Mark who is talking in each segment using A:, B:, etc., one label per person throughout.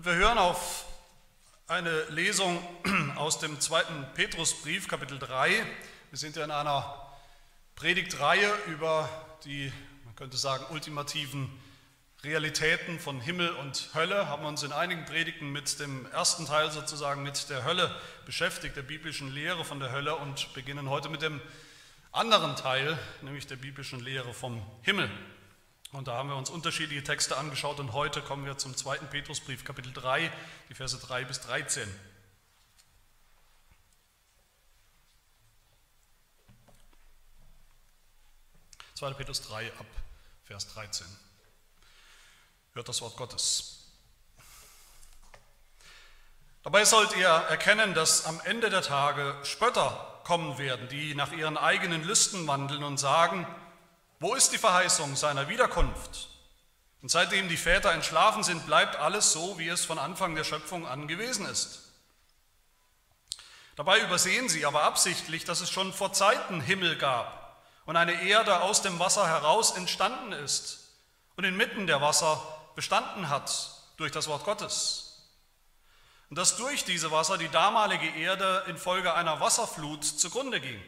A: Und wir hören auf eine Lesung aus dem 2. Petrusbrief, Kapitel 3. Wir sind ja in einer Predigtreihe über die, man könnte sagen, ultimativen Realitäten von Himmel und Hölle, haben uns in einigen Predigten mit dem ersten Teil sozusagen mit der Hölle beschäftigt, der biblischen Lehre von der Hölle, und beginnen heute mit dem anderen Teil, nämlich der biblischen Lehre vom Himmel. Und da haben wir uns unterschiedliche Texte angeschaut und heute kommen wir zum 2. Petrusbrief, Kapitel 3, die Verse 3 bis 13. (2. Petrus 3 ab Vers 13). Hört das Wort Gottes. Dabei sollt ihr erkennen, dass am Ende der Tage Spötter kommen werden, die nach ihren eigenen Lüsten wandeln und sagen: Wo ist die Verheißung seiner Wiederkunft? Und seitdem die Väter entschlafen sind, bleibt alles so, wie es von Anfang der Schöpfung an gewesen ist. Dabei übersehen sie aber absichtlich, dass es schon vor Zeiten Himmel gab und eine Erde aus dem Wasser heraus entstanden ist und inmitten der Wasser bestanden hat durch das Wort Gottes. Und dass durch diese Wasser die damalige Erde infolge einer Wasserflut zugrunde ging.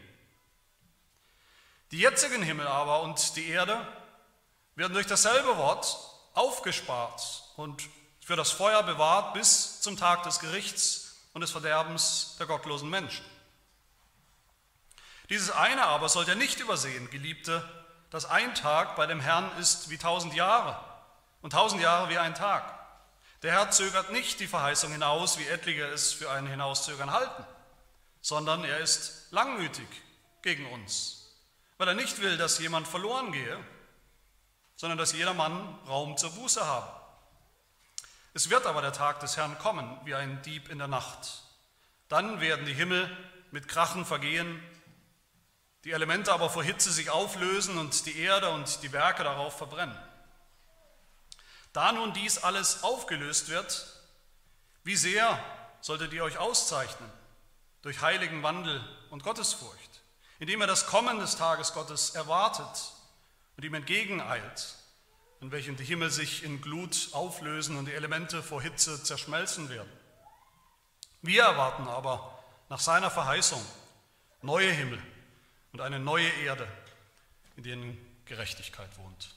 A: Die jetzigen Himmel aber und die Erde werden durch dasselbe Wort aufgespart und für das Feuer bewahrt bis zum Tag des Gerichts und des Verderbens der gottlosen Menschen. Dieses eine aber sollt ihr nicht übersehen, Geliebte, dass ein Tag bei dem Herrn ist wie 1000 Jahre und 1000 Jahre wie ein Tag. Der Herr zögert nicht die Verheißung hinaus, wie etliche es für ein Hinauszögern halten, sondern er ist langmütig gegen uns, weil er nicht will, dass jemand verloren gehe, sondern dass jeder Mann Raum zur Buße habe. Es wird aber der Tag des Herrn kommen, wie ein Dieb in der Nacht. Dann werden die Himmel mit Krachen vergehen, die Elemente aber vor Hitze sich auflösen und die Erde und die Werke darauf verbrennen. Da nun dies alles aufgelöst wird, wie sehr solltet ihr euch auszeichnen durch heiligen Wandel und Gottesfurcht, indem ihr das Kommen des Tages Gottes erwartet und ihm entgegeneilt, in welchem die Himmel sich in Glut auflösen und die Elemente vor Hitze zerschmelzen werden. Wir erwarten aber nach seiner Verheißung neue Himmel und eine neue Erde, in denen Gerechtigkeit wohnt.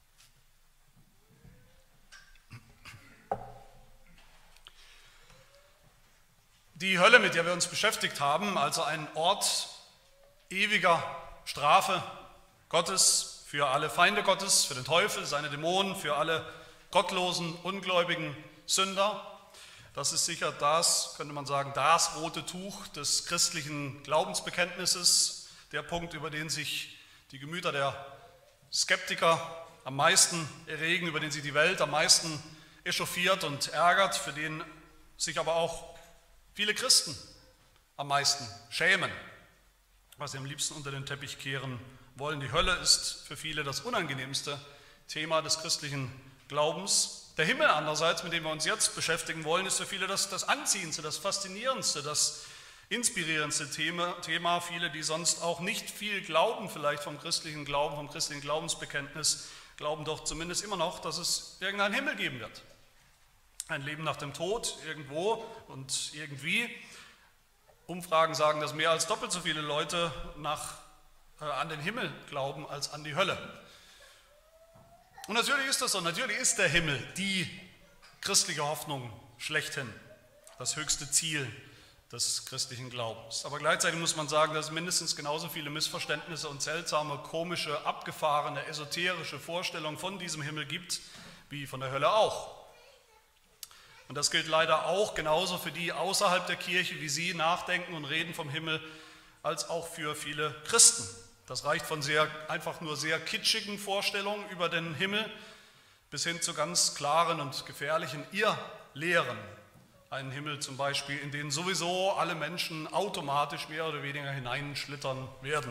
A: Die Hölle, mit der wir uns beschäftigt haben, also ein Ort ewiger Strafe Gottes für alle Feinde Gottes, für den Teufel, seine Dämonen, für alle gottlosen, ungläubigen Sünder. Das ist sicher das, könnte man sagen, das rote Tuch des christlichen Glaubensbekenntnisses, der Punkt, über den sich die Gemüter der Skeptiker am meisten erregen, über den sich die Welt am meisten echauffiert und ärgert, für den sich aber auch viele Christen am meisten schämen, was sie am liebsten unter den Teppich kehren wollen. Die Hölle ist für viele das unangenehmste Thema des christlichen Glaubens. Der Himmel andererseits, mit dem wir uns jetzt beschäftigen wollen, ist für viele das Anziehendste, das Faszinierendste, das inspirierendste Thema. Viele, die sonst auch nicht viel glauben, vielleicht vom christlichen Glauben, vom christlichen Glaubensbekenntnis, glauben doch zumindest immer noch, dass es irgendeinen Himmel geben wird. Ein Leben nach dem Tod, irgendwo und irgendwie. Umfragen sagen, dass mehr als doppelt so viele Leute an den Himmel glauben als an die Hölle. Und natürlich ist das so, natürlich ist der Himmel die christliche Hoffnung schlechthin, das höchste Ziel des christlichen Glaubens. Aber gleichzeitig muss man sagen, dass es mindestens genauso viele Missverständnisse und seltsame, komische, abgefahrene, esoterische Vorstellungen von diesem Himmel gibt, wie von der Hölle auch. Und das gilt leider auch genauso für die außerhalb der Kirche, wie sie nachdenken und reden vom Himmel, als auch für viele Christen. Das reicht von einfach nur sehr kitschigen Vorstellungen über den Himmel bis hin zu ganz klaren und gefährlichen Irrlehren. Einen Himmel zum Beispiel, in den sowieso alle Menschen automatisch mehr oder weniger hineinschlittern werden.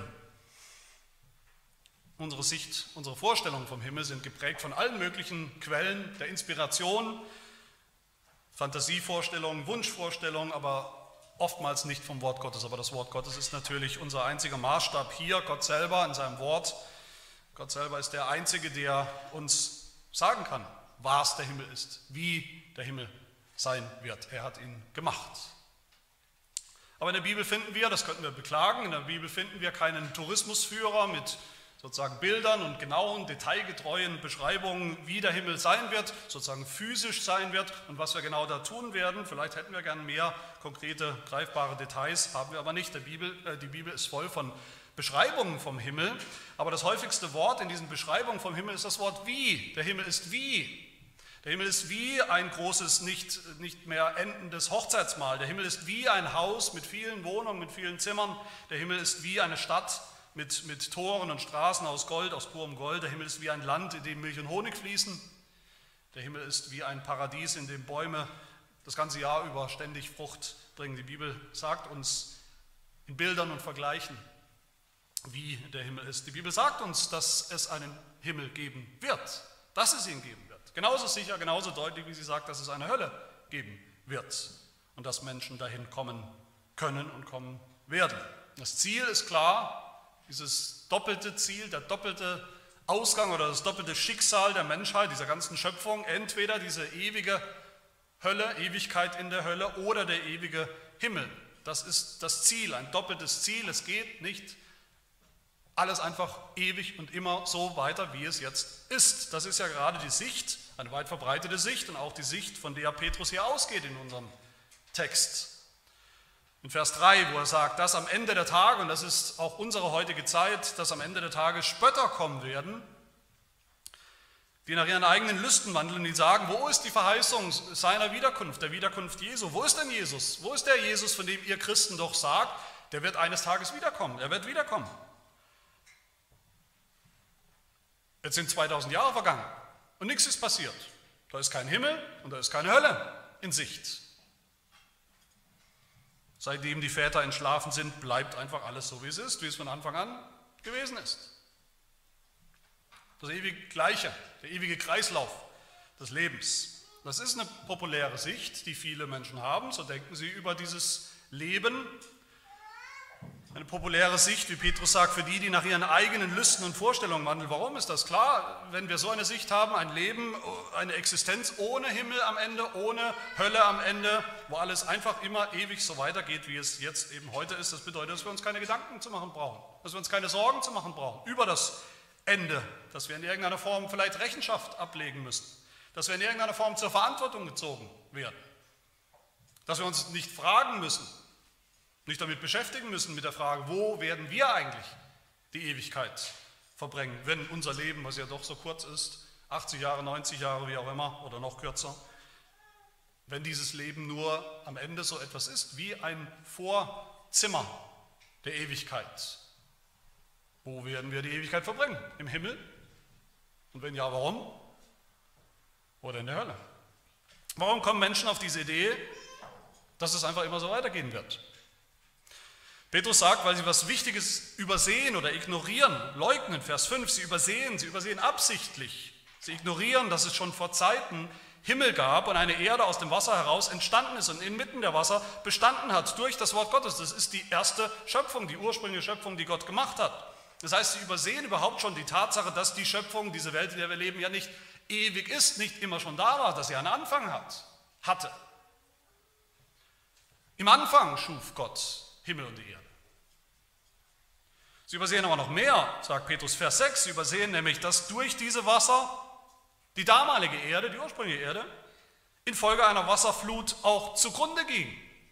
A: Unsere Sicht, unsere Vorstellungen vom Himmel sind geprägt von allen möglichen Quellen der Inspiration, Fantasievorstellungen, Wunschvorstellungen, aber oftmals nicht vom Wort Gottes. Aber das Wort Gottes ist natürlich unser einziger Maßstab hier, Gott selber in seinem Wort. Gott selber ist der Einzige, der uns sagen kann, was der Himmel ist, wie der Himmel sein wird. Er hat ihn gemacht. Aber in der Bibel finden wir, das könnten wir beklagen, in der Bibel finden wir keinen Tourismusführer mit sozusagen Bildern und genauen, detailgetreuen Beschreibungen, wie der Himmel sein wird, sozusagen physisch sein wird und was wir genau da tun werden. Vielleicht hätten wir gern mehr konkrete, greifbare Details, haben wir aber nicht. Die Bibel ist voll von Beschreibungen vom Himmel, aber das häufigste Wort in diesen Beschreibungen vom Himmel ist das Wort wie. Der Himmel ist wie. Der Himmel ist wie ein großes, nicht mehr endendes Hochzeitsmahl. Der Himmel ist wie ein Haus mit vielen Wohnungen, mit vielen Zimmern. Der Himmel ist wie eine Stadt mit Toren und Straßen aus Gold, aus purem Gold. Der Himmel ist wie ein Land, in dem Milch und Honig fließen. Der Himmel ist wie ein Paradies, in dem Bäume das ganze Jahr über ständig Frucht bringen. Die Bibel sagt uns in Bildern und Vergleichen, wie der Himmel ist. Die Bibel sagt uns, dass es einen Himmel geben wird, dass es ihn geben wird. Genauso sicher, genauso deutlich, wie sie sagt, dass es eine Hölle geben wird und dass Menschen dahin kommen können und kommen werden. Das Ziel ist klar, dieses doppelte Ziel, der doppelte Ausgang oder das doppelte Schicksal der Menschheit, dieser ganzen Schöpfung, entweder diese ewige Hölle, Ewigkeit in der Hölle oder der ewige Himmel. Das ist das Ziel, ein doppeltes Ziel. Es geht nicht alles einfach ewig und immer so weiter, wie es jetzt ist. Das ist ja gerade die Sicht, eine weit verbreitete Sicht und auch die Sicht, von der Petrus hier ausgeht in unserem Text. In Vers 3, wo er sagt, dass am Ende der Tage, und das ist auch unsere heutige Zeit, dass am Ende der Tage Spötter kommen werden, die nach ihren eigenen Lüsten wandeln, die sagen, wo ist die Verheißung seiner Wiederkunft, der Wiederkunft Jesu? Wo ist denn Jesus? Wo ist der Jesus, von dem ihr Christen doch sagt, der wird eines Tages wiederkommen, er wird wiederkommen? Jetzt sind 2000 Jahre vergangen und nichts ist passiert. Da ist kein Himmel und da ist keine Hölle in Sicht. Seitdem die Väter entschlafen sind, bleibt einfach alles so, wie es ist, wie es von Anfang an gewesen ist. Das ewige Gleiche, der ewige Kreislauf des Lebens. Das ist eine populäre Sicht, die viele Menschen haben. So denken sie über dieses Leben. Eine populäre Sicht, wie Petrus sagt, für die nach ihren eigenen Lüsten und Vorstellungen wandeln. Warum ist das klar? Wenn wir so eine Sicht haben, ein Leben, eine Existenz ohne Himmel am Ende, ohne Hölle am Ende, wo alles einfach immer ewig so weitergeht, wie es jetzt eben heute ist, das bedeutet, dass wir uns keine Gedanken zu machen brauchen, dass wir uns keine Sorgen zu machen brauchen über das Ende, dass wir in irgendeiner Form vielleicht Rechenschaft ablegen müssen, dass wir in irgendeiner Form zur Verantwortung gezogen werden, dass wir uns nicht fragen müssen, nicht damit beschäftigen müssen mit der Frage, wo werden wir eigentlich die Ewigkeit verbringen, wenn unser Leben, was ja doch so kurz ist, 80 Jahre, 90 Jahre, wie auch immer, oder noch kürzer, wenn dieses Leben nur am Ende so etwas ist wie ein Vorzimmer der Ewigkeit. Wo werden wir die Ewigkeit verbringen? Im Himmel? Und wenn ja, warum? Oder in der Hölle? Warum kommen Menschen auf diese Idee, dass es einfach immer so weitergehen wird? Petrus sagt, weil sie was Wichtiges übersehen oder ignorieren, leugnen, Vers 5, sie übersehen absichtlich. Sie ignorieren, dass es schon vor Zeiten Himmel gab und eine Erde aus dem Wasser heraus entstanden ist und inmitten der Wasser bestanden hat durch das Wort Gottes. Das ist die erste Schöpfung, die ursprüngliche Schöpfung, die Gott gemacht hat. Das heißt, sie übersehen überhaupt schon die Tatsache, dass die Schöpfung, diese Welt, in der wir leben, ja nicht ewig ist, nicht immer schon da war, dass sie einen Anfang hatte. Im Anfang schuf Gott Himmel und die Erde. Sie übersehen aber noch mehr, sagt Petrus, Vers 6, sie übersehen nämlich, dass durch diese Wasser die damalige Erde, die ursprüngliche Erde, infolge einer Wasserflut auch zugrunde ging.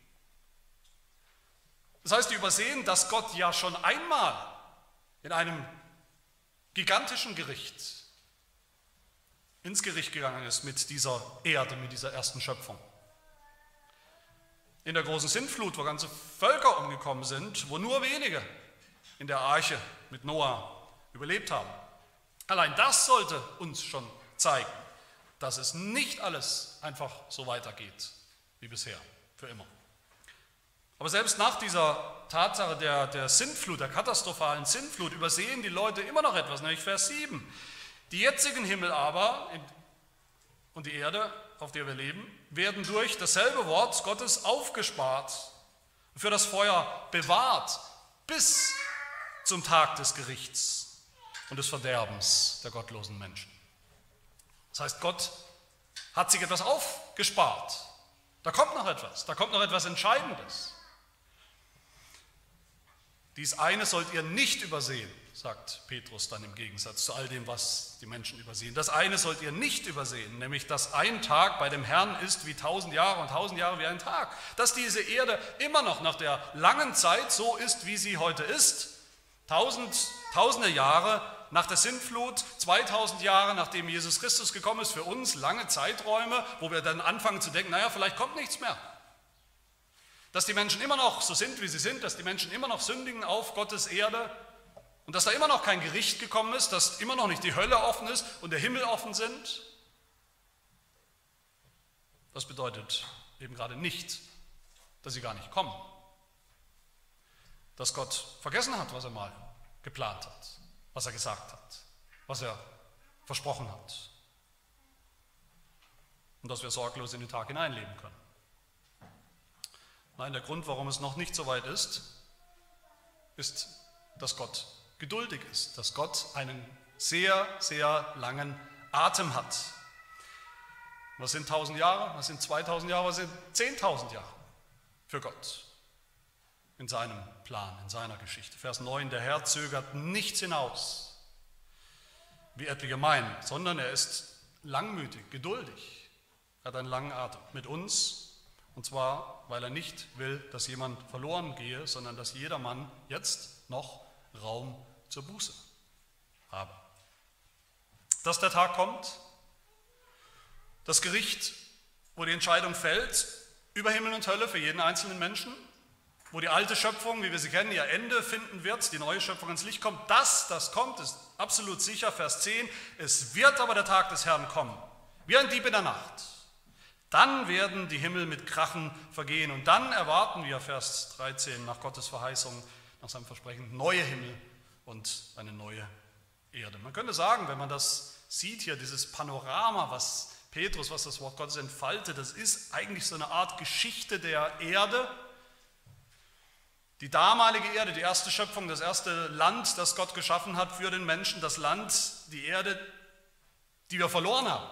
A: Das heißt, sie übersehen, dass Gott ja schon einmal in einem gigantischen Gericht ins Gericht gegangen ist mit dieser Erde, mit dieser ersten Schöpfung. In der großen Sintflut, wo ganze Völker umgekommen sind, wo nur wenige in der Arche mit Noah überlebt haben. Allein das sollte uns schon zeigen, dass es nicht alles einfach so weitergeht wie bisher, für immer. Aber selbst nach dieser Tatsache der Sintflut, der katastrophalen Sintflut, übersehen die Leute immer noch etwas, nämlich Vers 7. Die jetzigen Himmel aber und die Erde, auf der wir leben, werden durch dasselbe Wort Gottes aufgespart und für das Feuer bewahrt bis zum Tag des Gerichts und des Verderbens der gottlosen Menschen. Das heißt, Gott hat sich etwas aufgespart Da kommt noch etwas Entscheidendes. Dies eine sollt ihr nicht übersehen, sagt Petrus dann im Gegensatz zu all dem, was die Menschen übersehen. Das eine sollt ihr nicht übersehen, nämlich dass ein Tag bei dem Herrn ist wie 1000 Jahre und 1000 Jahre wie ein Tag. Dass diese Erde immer noch nach der langen Zeit so ist, wie sie heute ist. Tausende Jahre nach der Sintflut, 2000 Jahre nachdem Jesus Christus gekommen ist, für uns lange Zeiträume, wo wir dann anfangen zu denken, naja, vielleicht kommt nichts mehr. Dass die Menschen immer noch so sind, wie sie sind, dass die Menschen immer noch sündigen auf Gottes Erde und dass da immer noch kein Gericht gekommen ist, dass immer noch nicht die Hölle offen ist und der Himmel offen sind. Das bedeutet eben gerade nicht, dass sie gar nicht kommen. Dass Gott vergessen hat, was er mal geplant hat, was er gesagt hat, was er versprochen hat. Und dass wir sorglos in den Tag hineinleben können. Nein, der Grund, warum es noch nicht so weit ist, dass Gott geduldig ist, dass Gott einen sehr, sehr langen Atem hat. Was sind 1000 Jahre, was sind 2000 Jahre, was sind 10.000 Jahre für Gott in seinem Plan, in seiner Geschichte. Vers 9, der Herr zögert nichts hinaus, wie etliche meinen, sondern er ist langmütig, geduldig, er hat einen langen Atem mit uns. Und zwar, weil er nicht will, dass jemand verloren gehe, sondern dass jedermann jetzt noch Raum zur Buße habe. Dass der Tag kommt, das Gericht, wo die Entscheidung fällt, über Himmel und Hölle für jeden einzelnen Menschen, wo die alte Schöpfung, wie wir sie kennen, ihr Ende finden wird, die neue Schöpfung ins Licht kommt, das kommt, ist absolut sicher. Vers 10, es wird aber der Tag des Herrn kommen, wie ein Dieb in der Nacht. Dann werden die Himmel mit Krachen vergehen und dann erwarten wir, Vers 13, nach Gottes Verheißung, nach seinem Versprechen, neue Himmel und eine neue Erde. Man könnte sagen, wenn man das sieht hier, dieses Panorama, was das Wort Gottes entfaltet, das ist eigentlich so eine Art Geschichte der Erde. Die damalige Erde, die erste Schöpfung, das erste Land, das Gott geschaffen hat für den Menschen, das Land, die Erde, die wir verloren haben,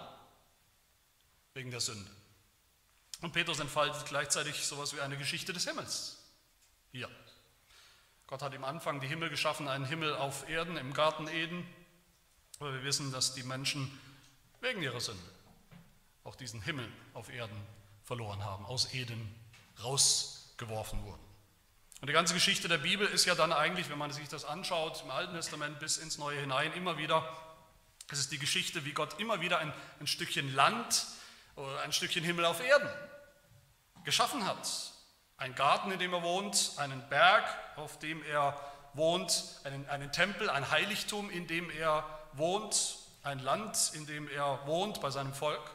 A: wegen der Sünde. Und Petrus entfaltet gleichzeitig sowas wie eine Geschichte des Himmels. Hier. Gott hat im Anfang die Himmel geschaffen, einen Himmel auf Erden im Garten Eden. Aber wir wissen, dass die Menschen wegen ihrer Sünde auch diesen Himmel auf Erden verloren haben, aus Eden rausgeworfen wurden. Und die ganze Geschichte der Bibel ist ja dann eigentlich, wenn man sich das anschaut, im Alten Testament bis ins Neue hinein, immer wieder, es ist die Geschichte, wie Gott immer wieder ein Stückchen Land oder ein Stückchen Himmel auf Erden geschaffen hat. Ein Garten, in dem er wohnt, einen Berg, auf dem er wohnt, einen Tempel, ein Heiligtum, in dem er wohnt, ein Land, in dem er wohnt bei seinem Volk.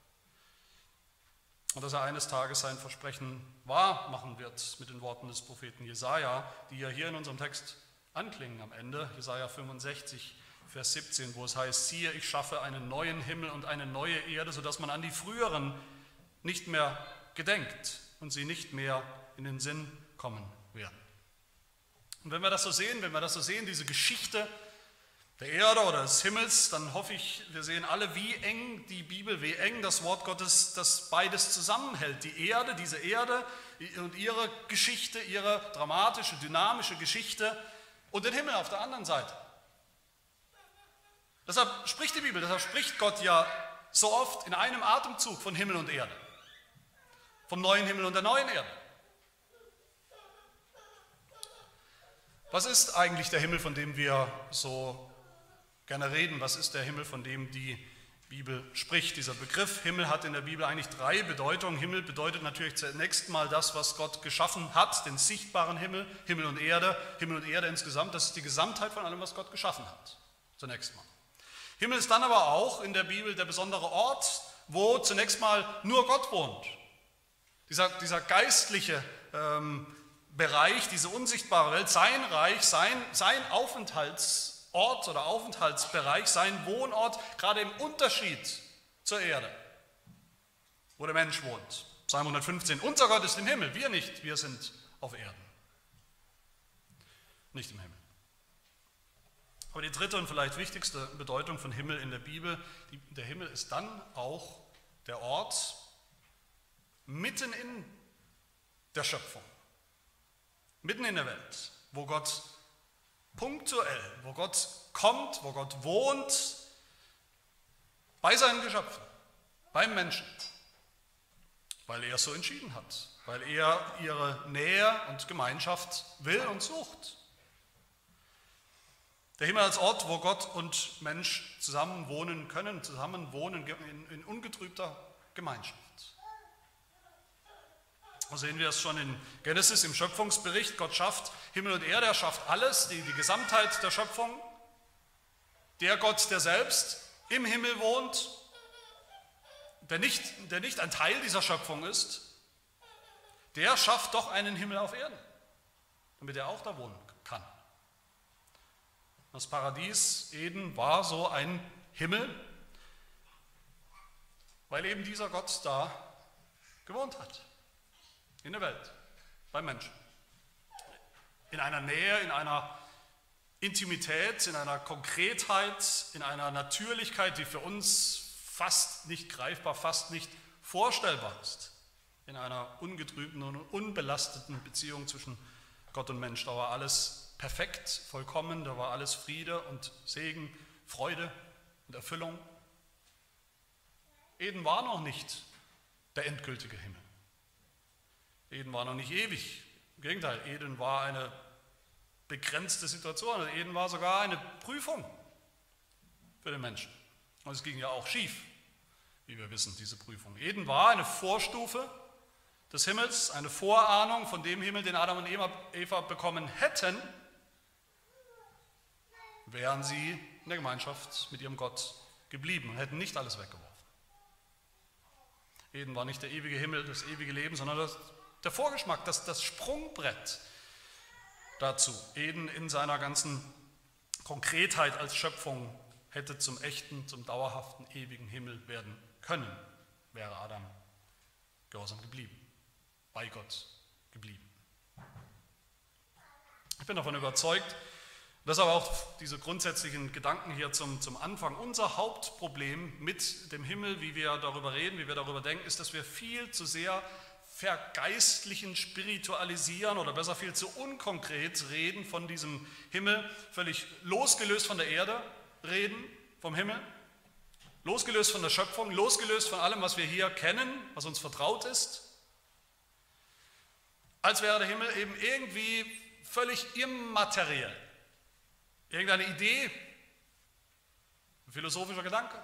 A: Und dass er eines Tages sein Versprechen wahr machen wird mit den Worten des Propheten Jesaja, die ja hier in unserem Text anklingen am Ende, Jesaja 65, Vers 17, wo es heißt, siehe, ich schaffe einen neuen Himmel und eine neue Erde, sodass man an die früheren nicht mehr gedenkt und sie nicht mehr in den Sinn kommen werden. Und wenn wir das so sehen, diese Geschichte der Erde oder des Himmels, dann hoffe ich, wir sehen alle, wie eng die Bibel, wie eng das Wort Gottes das beides zusammenhält. Die Erde, diese Erde und ihre Geschichte, ihre dramatische, dynamische Geschichte und den Himmel auf der anderen Seite. Deshalb spricht die Bibel, deshalb spricht Gott ja so oft in einem Atemzug von Himmel und Erde. Vom neuen Himmel und der neuen Erde. Was ist eigentlich der Himmel, von dem wir so gerne reden? Was ist der Himmel, von dem die Bibel spricht? Dieser Begriff Himmel hat in der Bibel eigentlich 3 Bedeutungen. Himmel bedeutet natürlich zunächst mal das, was Gott geschaffen hat, den sichtbaren Himmel, Himmel und Erde insgesamt. Das ist die Gesamtheit von allem, was Gott geschaffen hat. Zunächst mal. Himmel ist dann aber auch in der Bibel der besondere Ort, wo zunächst mal nur Gott wohnt. Dieser geistliche Bereich, diese unsichtbare Welt, sein Reich, sein Aufenthaltsort oder Aufenthaltsbereich, sein Wohnort, gerade im Unterschied zur Erde, wo der Mensch wohnt. Psalm 115, unser Gott ist im Himmel, wir nicht, wir sind auf Erden. Nicht im Himmel. Aber die dritte und vielleicht wichtigste Bedeutung von Himmel in der Bibel, der Himmel ist dann auch der Ort, mitten in der Schöpfung, mitten in der Welt, wo Gott punktuell, wo Gott kommt, wo Gott wohnt, bei seinen Geschöpfen, beim Menschen, weil er es so entschieden hat, weil er ihre Nähe und Gemeinschaft will und sucht. Der Himmel als Ort, wo Gott und Mensch zusammen wohnen können, zusammen wohnen in ungetrübter Gemeinschaft. So sehen wir es schon in Genesis im Schöpfungsbericht. Gott schafft Himmel und Erde, er schafft alles, die Gesamtheit der Schöpfung. Der Gott, der selbst im Himmel wohnt, der nicht ein Teil dieser Schöpfung ist, der schafft doch einen Himmel auf Erden, damit er auch da wohnen kann. Das Paradies Eden war so ein Himmel, weil eben dieser Gott da gewohnt hat, in der Welt, beim Menschen. In einer Nähe, in einer Intimität, in einer Konkretheit, in einer Natürlichkeit, die für uns fast nicht greifbar, fast nicht vorstellbar ist. In einer ungetrübten und unbelasteten Beziehung zwischen Gott und Mensch. Da war alles perfekt, vollkommen, da war alles Friede und Segen, Freude und Erfüllung. Eden war noch nicht der endgültige Himmel. Eden war noch nicht ewig. Im Gegenteil, Eden war eine begrenzte Situation. Eden war sogar eine Prüfung für den Menschen. Und es ging ja auch schief, wie wir wissen, diese Prüfung. Eden war eine Vorstufe des Himmels, eine Vorahnung von dem Himmel, den Adam und Eva bekommen hätten, wären sie in der Gemeinschaft mit ihrem Gott geblieben und hätten nicht alles weggeworfen. Eden war nicht der ewige Himmel, das ewige Leben, sondern der Vorgeschmack, das Sprungbrett dazu. Eden in seiner ganzen Konkretheit als Schöpfung hätte zum echten, zum dauerhaften, ewigen Himmel werden können, wäre Adam gehorsam geblieben, bei Gott geblieben. Ich bin davon überzeugt, dass aber auch diese grundsätzlichen Gedanken hier zum Anfang, unser Hauptproblem mit dem Himmel, wie wir darüber reden, wie wir darüber denken, ist, dass wir viel zu sehr vergeistlichen, spiritualisieren oder besser viel zu unkonkret reden von diesem Himmel, völlig losgelöst von der Erde reden, vom Himmel, losgelöst von der Schöpfung, losgelöst von allem, was wir hier kennen, was uns vertraut ist, als wäre der Himmel eben irgendwie völlig immateriell. Irgendeine Idee, ein philosophischer Gedanke.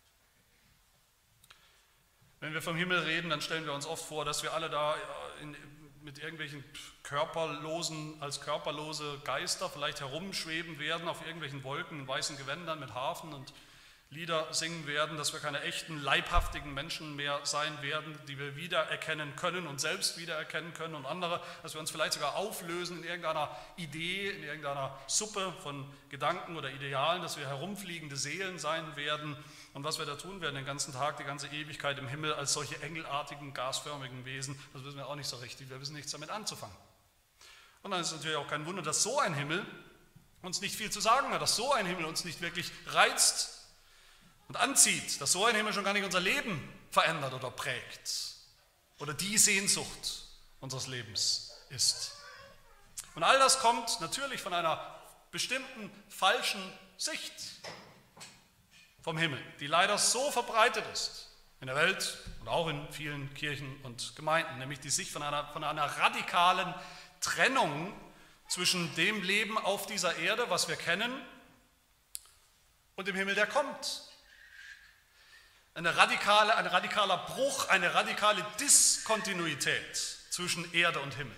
A: Wenn wir vom Himmel reden, dann stellen wir uns oft vor, dass wir alle da mit irgendwelchen als körperlose Geister vielleicht herumschweben werden auf irgendwelchen Wolken in weißen Gewändern mit Harfen und Lieder singen werden, dass wir keine echten, leibhaftigen Menschen mehr sein werden, die wir wiedererkennen können und selbst wiedererkennen können und andere, dass wir uns vielleicht sogar auflösen in irgendeiner Idee, in irgendeiner Suppe von Gedanken oder Idealen, dass wir herumfliegende Seelen sein werden und was wir da tun werden den ganzen Tag, die ganze Ewigkeit im Himmel als solche engelartigen, gasförmigen Wesen, das wissen wir auch nicht so richtig, wir wissen nichts damit anzufangen. Und dann ist es natürlich auch kein Wunder, dass so ein Himmel uns nicht viel zu sagen hat, dass so ein Himmel uns nicht wirklich reizt und anzieht, dass so ein Himmel schon gar nicht unser Leben verändert oder prägt oder die Sehnsucht unseres Lebens ist. Und all das kommt natürlich von einer bestimmten falschen Sicht vom Himmel, die leider so verbreitet ist in der Welt und auch in vielen Kirchen und Gemeinden, nämlich die Sicht von einer radikalen Trennung zwischen dem Leben auf dieser Erde, was wir kennen, und dem Himmel, der kommt. Ein radikaler Bruch, eine radikale Diskontinuität zwischen Erde und Himmel.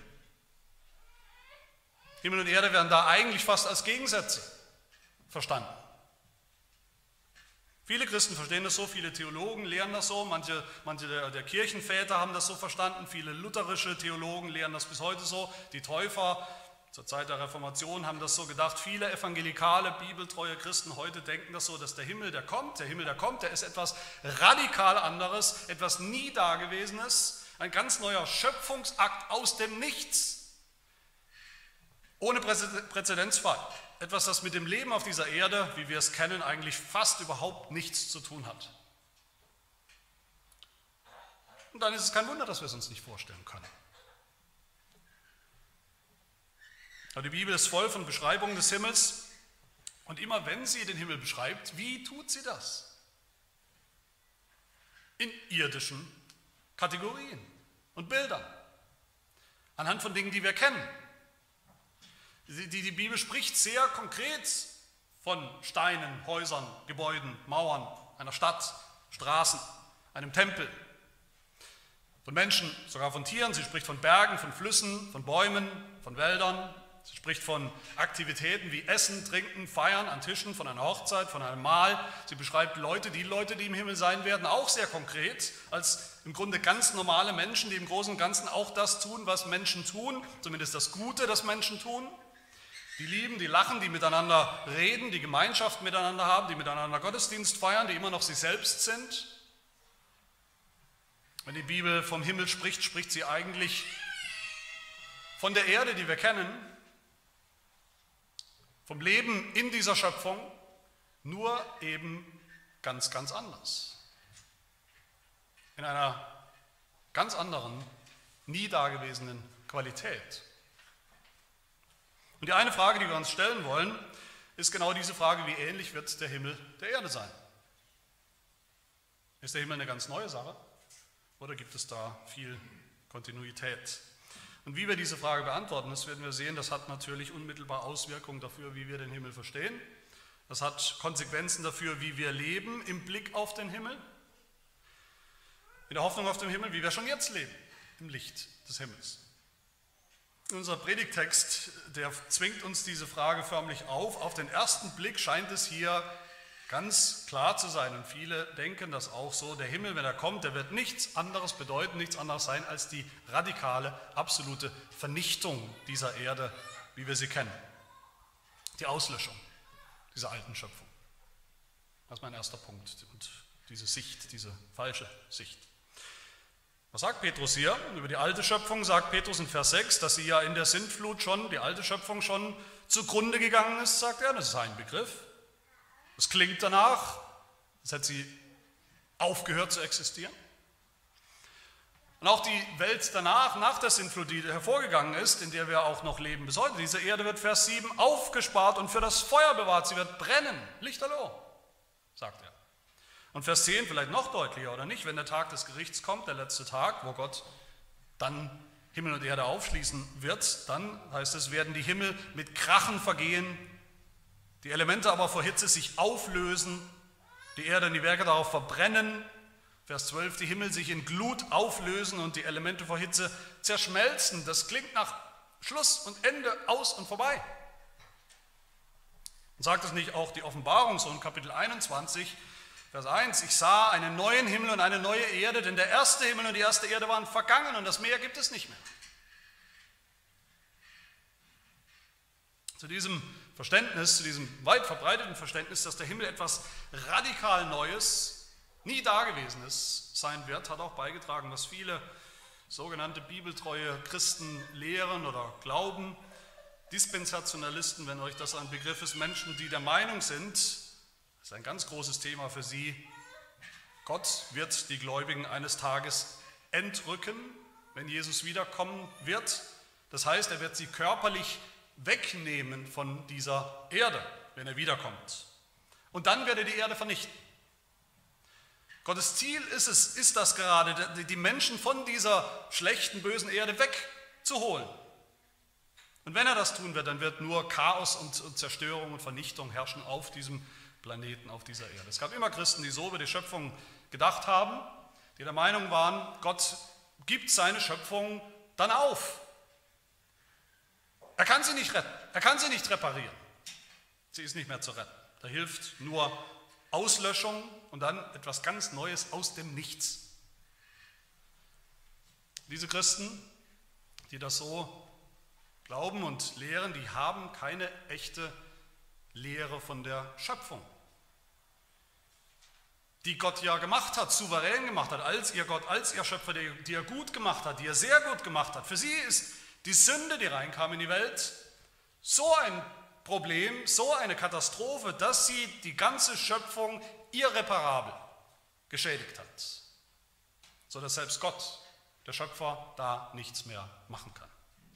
A: Himmel und Erde werden da eigentlich fast als Gegensätze verstanden. Viele Christen verstehen das so, viele Theologen lehren das so, manche der Kirchenväter haben das so verstanden, viele lutherische Theologen lehren das bis heute so, die Täufer zur Zeit der Reformation haben das so gedacht, viele evangelikale, bibeltreue Christen heute denken das so, dass der Himmel, der kommt, der ist etwas radikal anderes, etwas nie Dagewesenes, ein ganz neuer Schöpfungsakt aus dem Nichts, ohne Präzedenzfall. Etwas, das mit dem Leben auf dieser Erde, wie wir es kennen, eigentlich fast überhaupt nichts zu tun hat. Und dann ist es kein Wunder, dass wir es uns nicht vorstellen können. Aber die Bibel ist voll von Beschreibungen des Himmels. Und immer wenn sie den Himmel beschreibt, wie tut sie das? In irdischen Kategorien und Bildern. Anhand von Dingen, die wir kennen. Die Bibel spricht sehr konkret von Steinen, Häusern, Gebäuden, Mauern, einer Stadt, Straßen, einem Tempel. Von Menschen, sogar von Tieren. Sie spricht von Bergen, von Flüssen, von Bäumen, von Wäldern. Sie spricht von Aktivitäten wie Essen, Trinken, Feiern an Tischen, von einer Hochzeit, von einem Mahl. Sie beschreibt die Leute, die im Himmel sein werden, auch sehr konkret, als im Grunde ganz normale Menschen, die im Großen und Ganzen auch das tun, was Menschen tun, zumindest das Gute, das Menschen tun. Die lieben, die lachen, die miteinander reden, die Gemeinschaft miteinander haben, die miteinander Gottesdienst feiern, die immer noch sie selbst sind. Wenn die Bibel vom Himmel spricht, spricht sie eigentlich von der Erde, die wir kennen, vom Leben in dieser Schöpfung, nur eben ganz, ganz anders. In einer ganz anderen, nie dagewesenen Qualität. Und die eine Frage, die wir uns stellen wollen, ist genau diese Frage: Wie ähnlich wird der Himmel der Erde sein? Ist der Himmel eine ganz neue Sache oder gibt es da viel Kontinuität? Und wie wir diese Frage beantworten, das werden wir sehen, das hat natürlich unmittelbar Auswirkungen dafür, wie wir den Himmel verstehen. Das hat Konsequenzen dafür, wie wir leben im Blick auf den Himmel, in der Hoffnung auf den Himmel, wie wir schon jetzt leben, im Licht des Himmels. Unser Predigttext, der zwingt uns diese Frage förmlich auf. Auf den ersten Blick scheint es hier ganz klar zu sein, und viele denken das auch so: Der Himmel, wenn er kommt, der wird nichts anderes bedeuten, nichts anderes sein als die radikale, absolute Vernichtung dieser Erde, wie wir sie kennen. Die Auslöschung dieser alten Schöpfung. Das ist mein erster Punkt. Und diese Sicht, diese falsche Sicht. Was sagt Petrus hier? Über die alte Schöpfung sagt Petrus in Vers 6, dass sie ja in der Sintflut schon, die alte Schöpfung schon zugrunde gegangen ist, sagt er. Das ist ein Begriff. Das klingt danach, als hätte sie aufgehört zu existieren. Und auch die Welt danach, nach der Sintflut, die hervorgegangen ist, in der wir auch noch leben bis heute, diese Erde wird, Vers 7, aufgespart und für das Feuer bewahrt. Sie wird brennen, lichterloh, sagt er. Und Vers 10 vielleicht noch deutlicher, oder nicht? Wenn der Tag des Gerichts kommt, der letzte Tag, wo Gott dann Himmel und Erde aufschließen wird, dann heißt es, werden die Himmel mit Krachen vergehen, die Elemente aber vor Hitze sich auflösen, die Erde und die Werke darauf verbrennen. Vers 12, die Himmel sich in Glut auflösen und die Elemente vor Hitze zerschmelzen. Das klingt nach Schluss und Ende, aus und vorbei. Und sagt es nicht auch die Offenbarung so in Kapitel 21, Vers 1, ich sah einen neuen Himmel und eine neue Erde, denn der erste Himmel und die erste Erde waren vergangen und das Meer gibt es nicht mehr. Zu diesem Verständnis, zu diesem weit verbreiteten Verständnis, dass der Himmel etwas radikal Neues, nie Dagewesenes sein wird, hat auch beigetragen, was viele sogenannte bibeltreue Christen lehren oder glauben. Dispensationalisten, wenn euch das ein Begriff ist, Menschen, die der Meinung sind, das ist ein ganz großes Thema für sie, Gott wird die Gläubigen eines Tages entrücken, wenn Jesus wiederkommen wird. Das heißt, er wird sie körperlich wegnehmen von dieser Erde, wenn er wiederkommt. Und dann wird er die Erde vernichten. Gottes Ziel ist das gerade, die Menschen von dieser schlechten, bösen Erde wegzuholen. Und wenn er das tun wird, dann wird nur Chaos und Zerstörung und Vernichtung herrschen auf diesem Planeten, auf dieser Erde. Es gab immer Christen, die so über die Schöpfung gedacht haben, die der Meinung waren, Gott gibt seine Schöpfung dann auf. Er kann sie nicht retten, er kann sie nicht reparieren. Sie ist nicht mehr zu retten. Da hilft nur Auslöschung und dann etwas ganz Neues aus dem Nichts. Diese Christen, die das so glauben und lehren, die haben keine echte Lehre von der Schöpfung, die Gott ja gemacht hat, souverän gemacht hat, als ihr Gott, als ihr Schöpfer, die er gut gemacht hat, die er sehr gut gemacht hat. Für sie ist die Sünde, die reinkam in die Welt, so ein Problem, so eine Katastrophe, dass sie die ganze Schöpfung irreparabel geschädigt hat. sodass selbst Gott, der Schöpfer, da nichts mehr machen kann.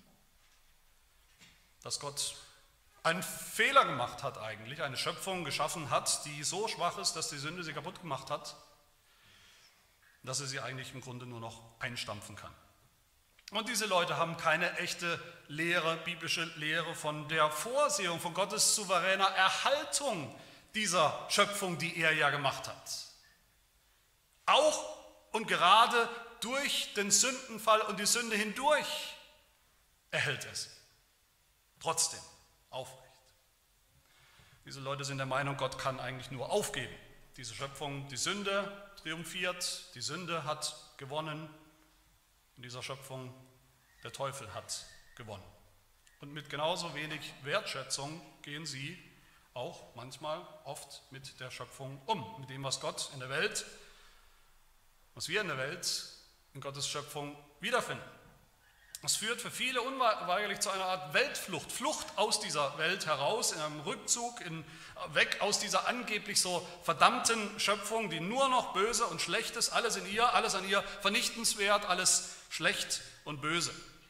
A: Dass Gott einen Fehler gemacht hat eigentlich, eine Schöpfung geschaffen hat, die so schwach ist, dass die Sünde sie kaputt gemacht hat, dass er sie eigentlich im Grunde nur noch einstampfen kann. Und diese Leute haben keine echte Lehre, biblische Lehre von der Vorsehung, von Gottes souveräner Erhaltung dieser Schöpfung, die er ja gemacht hat. Auch und gerade durch den Sündenfall und die Sünde hindurch erhält er sie. Trotzdem aufrecht. Diese Leute sind der Meinung, Gott kann eigentlich nur aufgeben. Diese Schöpfung, die Sünde triumphiert, die Sünde hat gewonnen. In dieser Schöpfung, der Teufel hat gewonnen. Und mit genauso wenig Wertschätzung gehen sie auch manchmal oft mit der Schöpfung um, mit dem, was Gott in der Welt, was wir in der Welt, in Gottes Schöpfung wiederfinden. Das führt für viele unweigerlich zu einer Art Weltflucht, Flucht aus dieser Welt heraus, in einem Rückzug, weg aus dieser angeblich so verdammten Schöpfung, die nur noch böse und schlecht ist, alles in ihr, alles an ihr vernichtenswert, alles schlecht und böse.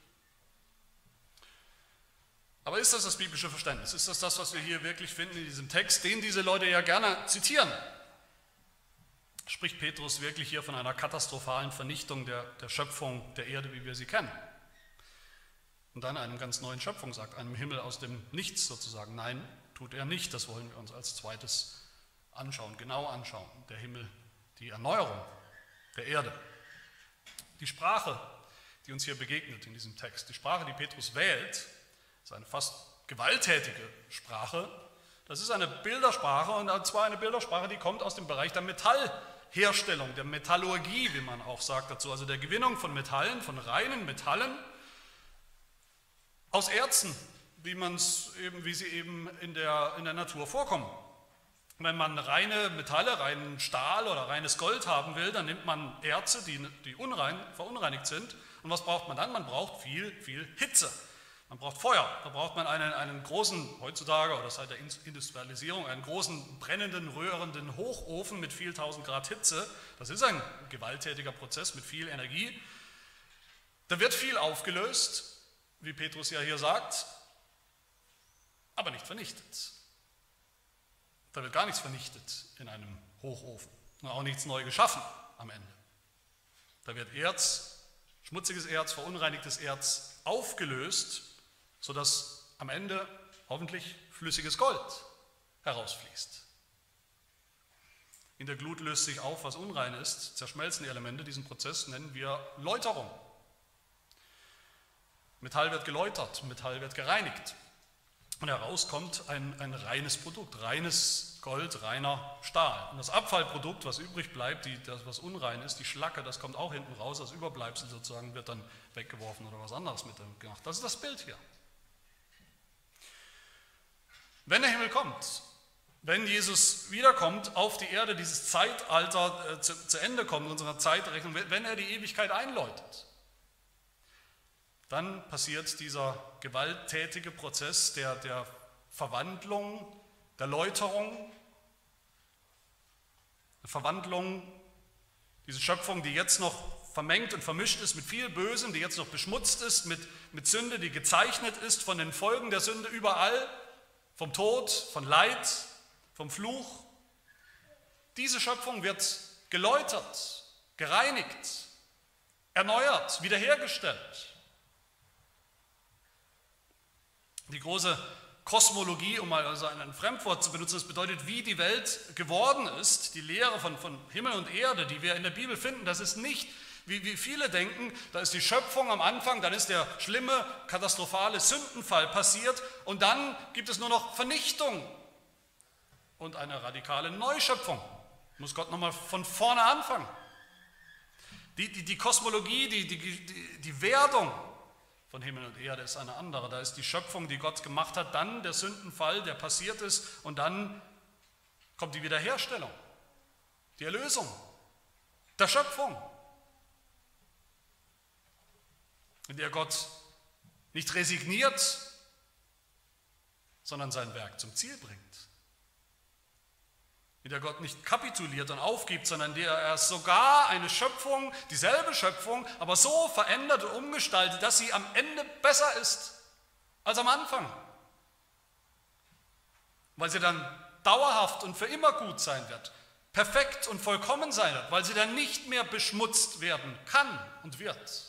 A: Aber ist das das biblische Verständnis? Ist das das, was wir hier wirklich finden in diesem Text, den diese Leute ja gerne zitieren? Spricht Petrus wirklich hier von einer katastrophalen Vernichtung der Schöpfung der Erde, wie wir sie kennen? Und dann einem ganz neuen Schöpfungsakt, einem Himmel aus dem Nichts sozusagen. Nein, tut er nicht. Das wollen wir uns als zweites anschauen, genau anschauen. Der Himmel, die Erneuerung der Erde. Die Sprache, die uns hier begegnet in diesem Text, die Sprache, die Petrus wählt, ist eine fast gewalttätige Sprache. Das ist eine Bildersprache, und zwar eine Bildersprache, die kommt aus dem Bereich der Metallherstellung, der Metallurgie, wie man auch sagt dazu, also der Gewinnung von Metallen, von reinen Metallen, aus Erzen, wie sie eben in der Natur vorkommen. Wenn man reine Metalle, reinen Stahl oder reines Gold haben will, dann nimmt man Erze, die verunreinigt sind. Und was braucht man dann? Man braucht viel Hitze. Man braucht Feuer. Da braucht man einen großen, heutzutage oder seit der Industrialisierung, einen großen brennenden, rührenden Hochofen mit viel 1000 Grad Hitze. Das ist ein gewalttätiger Prozess mit viel Energie. Da wird viel aufgelöst, wie Petrus ja hier sagt, aber nicht vernichtet. Da wird gar nichts vernichtet in einem Hochofen und auch nichts neu geschaffen am Ende. Da wird Erz, schmutziges Erz, verunreinigtes Erz aufgelöst, sodass am Ende hoffentlich flüssiges Gold herausfließt. In der Glut löst sich auf, was unrein ist, zerschmelzen die Elemente. Diesen Prozess nennen wir Läuterung. Metall wird geläutert, Metall wird gereinigt. Und heraus kommt ein reines Produkt, reines Gold, reiner Stahl. Und das Abfallprodukt, was übrig bleibt, das, was unrein ist, die Schlacke, das kommt auch hinten raus, das Überbleibsel sozusagen wird dann weggeworfen oder was anderes mit dem gemacht. Das ist das Bild hier. Wenn der Himmel kommt, wenn Jesus wiederkommt auf die Erde, dieses Zeitalter zu Ende kommt, unserer Zeitrechnung, wenn er die Ewigkeit einläutet, dann passiert dieser gewalttätige Prozess der Verwandlung, der Läuterung, der Verwandlung, diese Schöpfung, die jetzt noch vermengt und vermischt ist mit viel Bösem, die jetzt noch beschmutzt ist mit Sünde, die gezeichnet ist von den Folgen der Sünde überall, vom Tod, von Leid, vom Fluch. Diese Schöpfung wird geläutert, gereinigt, erneuert, wiederhergestellt. Die große Kosmologie, um mal also ein Fremdwort zu benutzen, das bedeutet, wie die Welt geworden ist, die Lehre von Himmel und Erde, die wir in der Bibel finden, das ist nicht, wie viele denken, da ist die Schöpfung am Anfang, dann ist der schlimme, katastrophale Sündenfall passiert und dann gibt es nur noch Vernichtung und eine radikale Neuschöpfung. Muss Gott nochmal von vorne anfangen. Die Kosmologie, die Werdung von Himmel und Erde ist eine andere. Da ist die Schöpfung, die Gott gemacht hat, dann der Sündenfall, der passiert ist, und dann kommt die Wiederherstellung, die Erlösung der Schöpfung, in der Gott nicht resigniert, sondern sein Werk zum Ziel bringt. in der Gott nicht kapituliert und aufgibt, sondern der er sogar eine Schöpfung, dieselbe Schöpfung, aber so verändert und umgestaltet, dass sie am Ende besser ist als am Anfang. Weil sie dann dauerhaft und für immer gut sein wird, perfekt und vollkommen sein wird, weil sie dann nicht mehr beschmutzt werden kann und wird.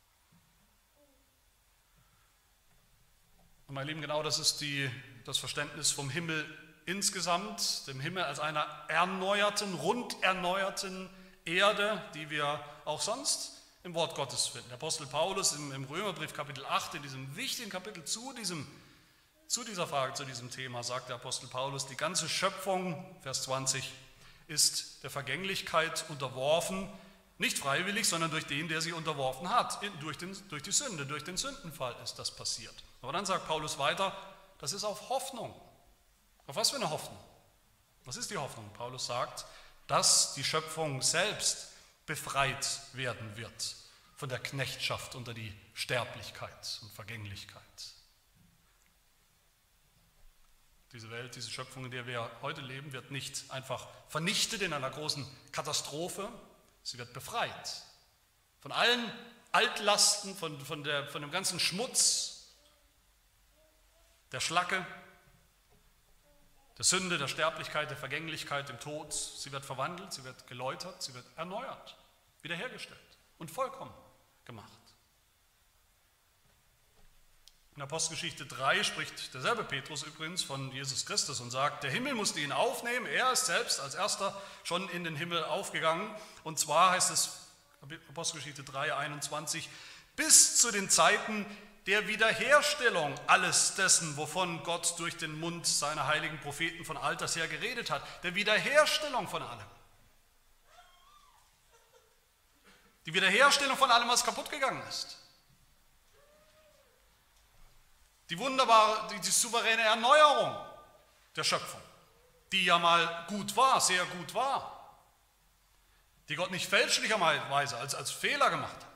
A: Und meine Lieben, genau das ist das Verständnis vom Himmel insgesamt, dem Himmel als einer erneuerten, runderneuerten Erde, die wir auch sonst im Wort Gottes finden. Der Apostel Paulus im Römerbrief Kapitel 8, in diesem wichtigen Kapitel zu dieser Frage, zu diesem Thema, sagt der Apostel Paulus, die ganze Schöpfung, Vers 20, ist der Vergänglichkeit unterworfen, nicht freiwillig, sondern durch den, der sie unterworfen hat. Durch die Sünde, durch den Sündenfall ist das passiert. Aber dann sagt Paulus weiter, das ist auf Hoffnung. Auf was für eine Hoffnung? Was ist die Hoffnung? Paulus sagt, dass die Schöpfung selbst befreit werden wird von der Knechtschaft unter die Sterblichkeit und Vergänglichkeit. Diese Welt, diese Schöpfung, in der wir heute leben, wird nicht einfach vernichtet in einer großen Katastrophe, sie wird befreit von allen Altlasten, von dem ganzen Schmutz, der Schlacke, der Sünde, der Sterblichkeit, der Vergänglichkeit, dem Tod. Sie wird verwandelt, sie wird geläutert, sie wird erneuert, wiederhergestellt und vollkommen gemacht. In Apostelgeschichte 3 spricht derselbe Petrus übrigens von Jesus Christus und sagt, der Himmel musste ihn aufnehmen, er ist selbst als erster schon in den Himmel aufgegangen. Und zwar heißt es, Apostelgeschichte 3, 21, bis zu den Zeiten der Wiederherstellung alles dessen, wovon Gott durch den Mund seiner heiligen Propheten von alters her geredet hat. Der Wiederherstellung von allem. Die Wiederherstellung von allem, was kaputt gegangen ist. Die wunderbare, die souveräne Erneuerung der Schöpfung, die ja mal gut war, sehr gut war, die Gott nicht fälschlicherweise als Fehler gemacht hat.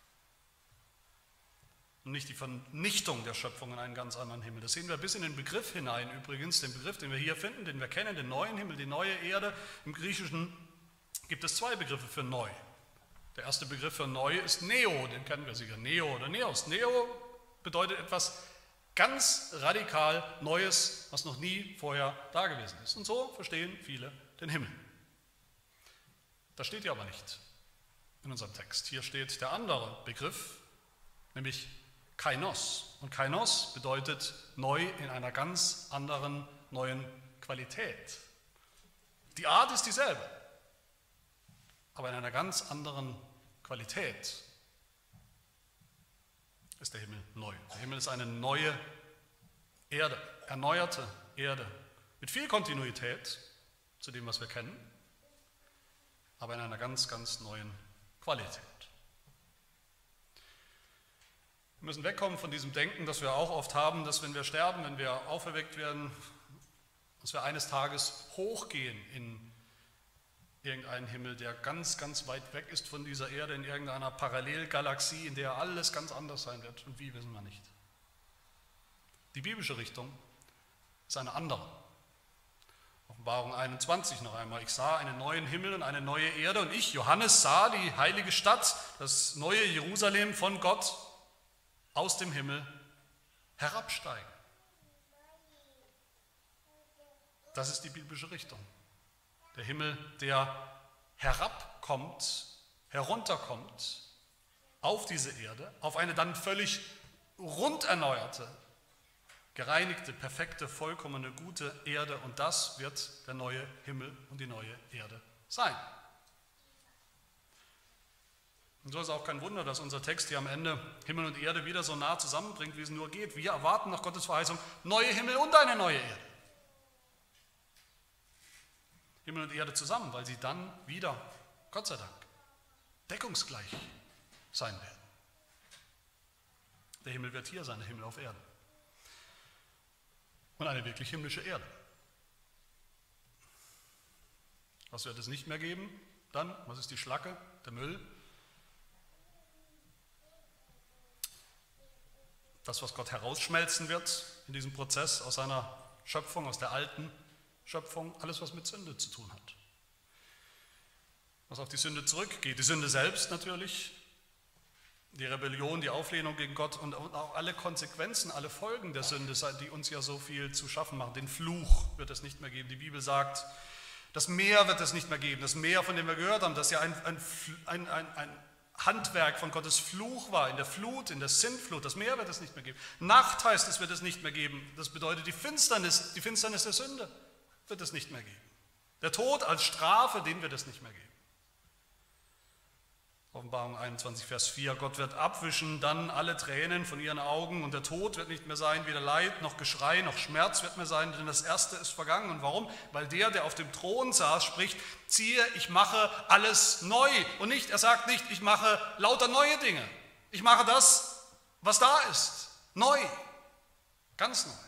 A: Und nicht die Vernichtung der Schöpfung in einen ganz anderen Himmel. Das sehen wir bis in den Begriff hinein übrigens, den Begriff, den wir hier finden, den wir kennen, den neuen Himmel, die neue Erde. Im Griechischen gibt es zwei Begriffe für neu. Der erste Begriff für neu ist Neo, den kennen wir sicher, Neo oder Neos. Neo bedeutet etwas ganz radikal Neues, was noch nie vorher da gewesen ist. Und so verstehen viele den Himmel. Das steht hier aber nicht in unserem Text. Hier steht der andere Begriff, nämlich Kainos. Und Kainos bedeutet neu in einer ganz anderen, neuen Qualität. Die Art ist dieselbe, aber in einer ganz anderen Qualität ist der Himmel neu. Der Himmel ist eine neue Erde, erneuerte Erde, mit viel Kontinuität zu dem, was wir kennen, aber in einer ganz, ganz neuen Qualität. Wir müssen wegkommen von diesem Denken, das wir auch oft haben, dass wenn wir sterben, wenn wir auferweckt werden, dass wir eines Tages hochgehen in irgendeinen Himmel, der ganz, ganz weit weg ist von dieser Erde, in irgendeiner Parallelgalaxie, in der alles ganz anders sein wird. Und wie, wissen wir nicht. Die biblische Richtung ist eine andere. Offenbarung 21 noch einmal. Ich sah einen neuen Himmel und eine neue Erde und ich, Johannes, sah die heilige Stadt, das neue Jerusalem von Gott aus dem Himmel herabsteigen. Das ist die biblische Richtung. Der Himmel, der herabkommt, herunterkommt auf diese Erde, auf eine dann völlig runderneuerte, gereinigte, perfekte, vollkommene, gute Erde. Und das wird der neue Himmel und die neue Erde sein. Und so ist auch kein Wunder, dass unser Text hier am Ende Himmel und Erde wieder so nah zusammenbringt, wie es nur geht. Wir erwarten nach Gottes Verheißung neue Himmel und eine neue Erde. Himmel und Erde zusammen, weil sie dann wieder, Gott sei Dank, deckungsgleich sein werden. Der Himmel wird hier sein, der Himmel auf Erden. Und eine wirklich himmlische Erde. Was wird es nicht mehr geben? Dann, was ist die Schlacke, der Müll? Das, was Gott herausschmelzen wird in diesem Prozess aus seiner Schöpfung, aus der alten Schöpfung, alles was mit Sünde zu tun hat. Was auf die Sünde zurückgeht, die Sünde selbst natürlich, die Rebellion, die Auflehnung gegen Gott und auch alle Konsequenzen, alle Folgen der Sünde, die uns ja so viel zu schaffen machen. Den Fluch wird es nicht mehr geben. Die Bibel sagt, das Meer wird es nicht mehr geben. Das Meer, von dem wir gehört haben, das ja ein Handwerk von Gottes Fluch war, in der Flut, in der Sintflut, das Meer wird es nicht mehr geben. Nacht heißt es, wird es nicht mehr geben. Das bedeutet die Finsternis der Sünde wird es nicht mehr geben. Der Tod als Strafe, den wird es nicht mehr geben. Offenbarung 21, Vers 4, Gott wird abwischen dann alle Tränen von ihren Augen und der Tod wird nicht mehr sein, weder Leid noch Geschrei noch Schmerz wird mehr sein, denn das Erste ist vergangen. Und warum? Weil der auf dem Thron saß, spricht, siehe, ich mache alles neu. Und nicht, er sagt nicht, ich mache lauter neue Dinge. Ich mache das, was da ist, neu, ganz neu.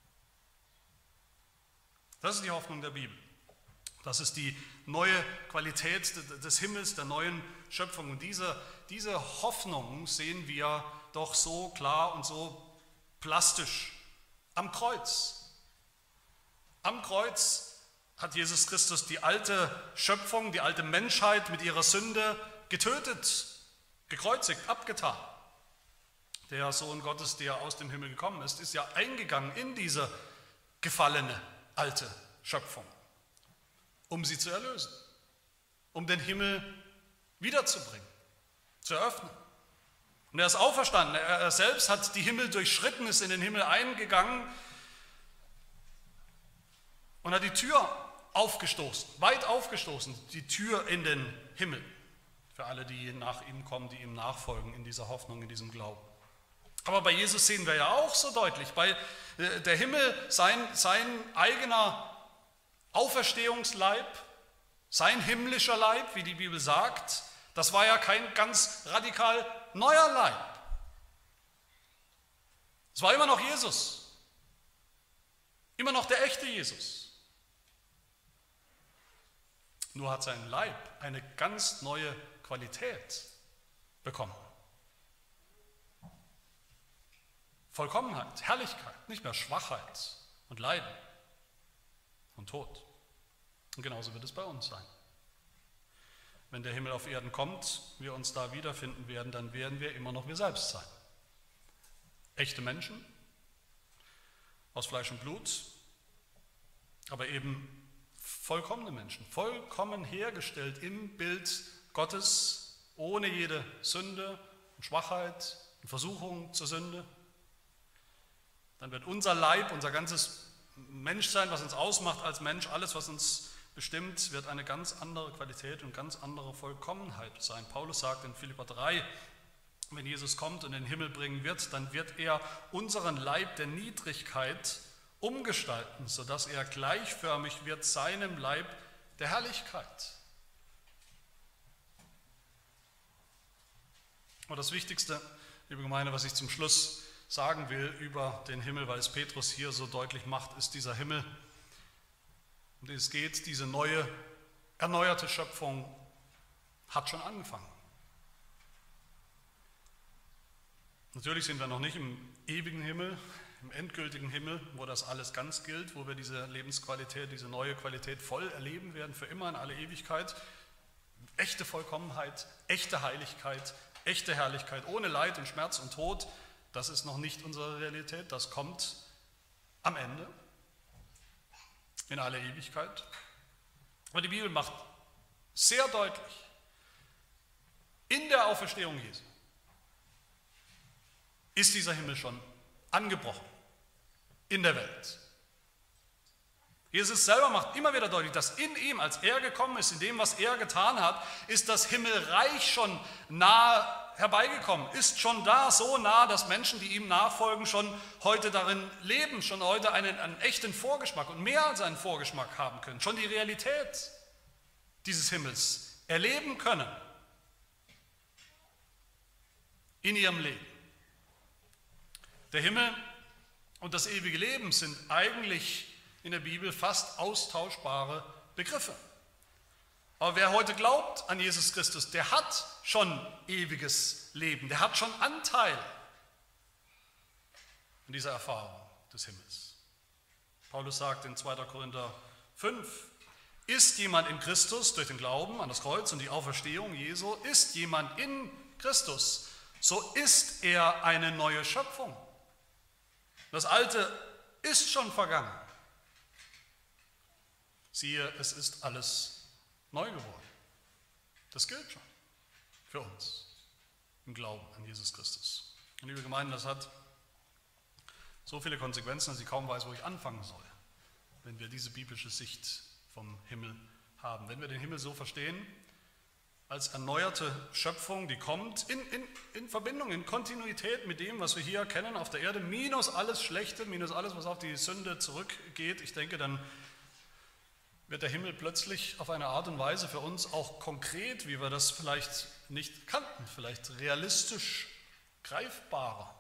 A: Das ist die Hoffnung der Bibel. Das ist die neue Qualität des Himmels, der neuen Schöpfung. Und diese Hoffnung sehen wir doch so klar und so plastisch am Kreuz. Am Kreuz hat Jesus Christus die alte Schöpfung, die alte Menschheit mit ihrer Sünde getötet, gekreuzigt, abgetan. Der Sohn Gottes, der aus dem Himmel gekommen ist ja eingegangen in diese gefallene alte Schöpfung, um sie zu erlösen, um den Himmel wiederzubringen, zu eröffnen. Und er ist auferstanden, er selbst hat die Himmel durchschritten, ist in den Himmel eingegangen und hat die Tür aufgestoßen, weit aufgestoßen, die Tür in den Himmel, für alle, die nach ihm kommen, die ihm nachfolgen in dieser Hoffnung, in diesem Glauben. Aber bei Jesus sehen wir ja auch so deutlich, bei der Himmel, sein eigener Auferstehungsleib, sein himmlischer Leib, wie die Bibel sagt, das war ja kein ganz radikal neuer Leib. Es war immer noch Jesus, immer noch der echte Jesus. Nur hat sein Leib eine ganz neue Qualität bekommen. Vollkommenheit, Herrlichkeit, nicht mehr Schwachheit und Leiden und Tod. Und genauso wird es bei uns sein. Wenn der Himmel auf Erden kommt, wir uns da wiederfinden werden, dann werden wir immer noch wir selbst sein. Echte Menschen, aus Fleisch und Blut, aber eben vollkommene Menschen, vollkommen hergestellt im Bild Gottes, ohne jede Sünde und Schwachheit und Versuchung zur Sünde. Dann wird unser Leib, unser ganzes Menschsein, was uns ausmacht als Mensch, alles, was uns bestimmt, wird eine ganz andere Qualität und ganz andere Vollkommenheit sein. Paulus sagt in Philipper 3, wenn Jesus kommt und in den Himmel bringen wird, dann wird er unseren Leib der Niedrigkeit umgestalten, sodass er gleichförmig wird seinem Leib der Herrlichkeit. Und das Wichtigste, liebe Gemeinde, was ich zum Schluss sagen will über den Himmel, weil es Petrus hier so deutlich macht, ist dieser Himmel, um den es geht, diese neue, erneuerte Schöpfung hat schon angefangen. Natürlich sind wir noch nicht im ewigen Himmel, im endgültigen Himmel, wo das alles ganz gilt, wo wir diese Lebensqualität, diese neue Qualität voll erleben werden, für immer in alle Ewigkeit. Echte Vollkommenheit, echte Heiligkeit, echte Herrlichkeit, ohne Leid und Schmerz und Tod. Das ist noch nicht unsere Realität, das kommt am Ende, in alle Ewigkeit. Aber die Bibel macht sehr deutlich, in der Auferstehung Jesu ist dieser Himmel schon angebrochen in der Welt. Jesus selber macht immer wieder deutlich, dass in ihm, als er gekommen ist, in dem, was er getan hat, ist das Himmelreich schon nah herbeigekommen, ist schon da, so nah, dass Menschen, die ihm nachfolgen, schon heute darin leben, schon heute einen echten Vorgeschmack und mehr als einen Vorgeschmack haben können, schon die Realität dieses Himmels erleben können in ihrem Leben. Der Himmel und das ewige Leben sind eigentlich in der Bibel fast austauschbare Begriffe. Aber wer heute glaubt an Jesus Christus, der hat schon ewiges Leben, der hat schon Anteil an dieser Erfahrung des Himmels. Paulus sagt in 2. Korinther 5. Ist jemand in Christus durch den Glauben an das Kreuz und die Auferstehung Jesu, ist jemand in Christus, so ist er eine neue Schöpfung. Das Alte ist schon vergangen. Siehe, es ist alles neu geworden. Das gilt schon für uns im Glauben an Jesus Christus. Und liebe Gemeinde, das hat so viele Konsequenzen, dass ich kaum weiß, wo ich anfangen soll, wenn wir diese biblische Sicht vom Himmel haben. Wenn wir den Himmel so verstehen, als erneuerte Schöpfung, die kommt in Verbindung, in Kontinuität mit dem, was wir hier kennen auf der Erde, minus alles Schlechte, minus alles, was auf die Sünde zurückgeht, ich denke, dann wird der Himmel plötzlich auf eine Art und Weise für uns auch konkret, wie wir das vielleicht nicht kannten, vielleicht realistisch greifbarer.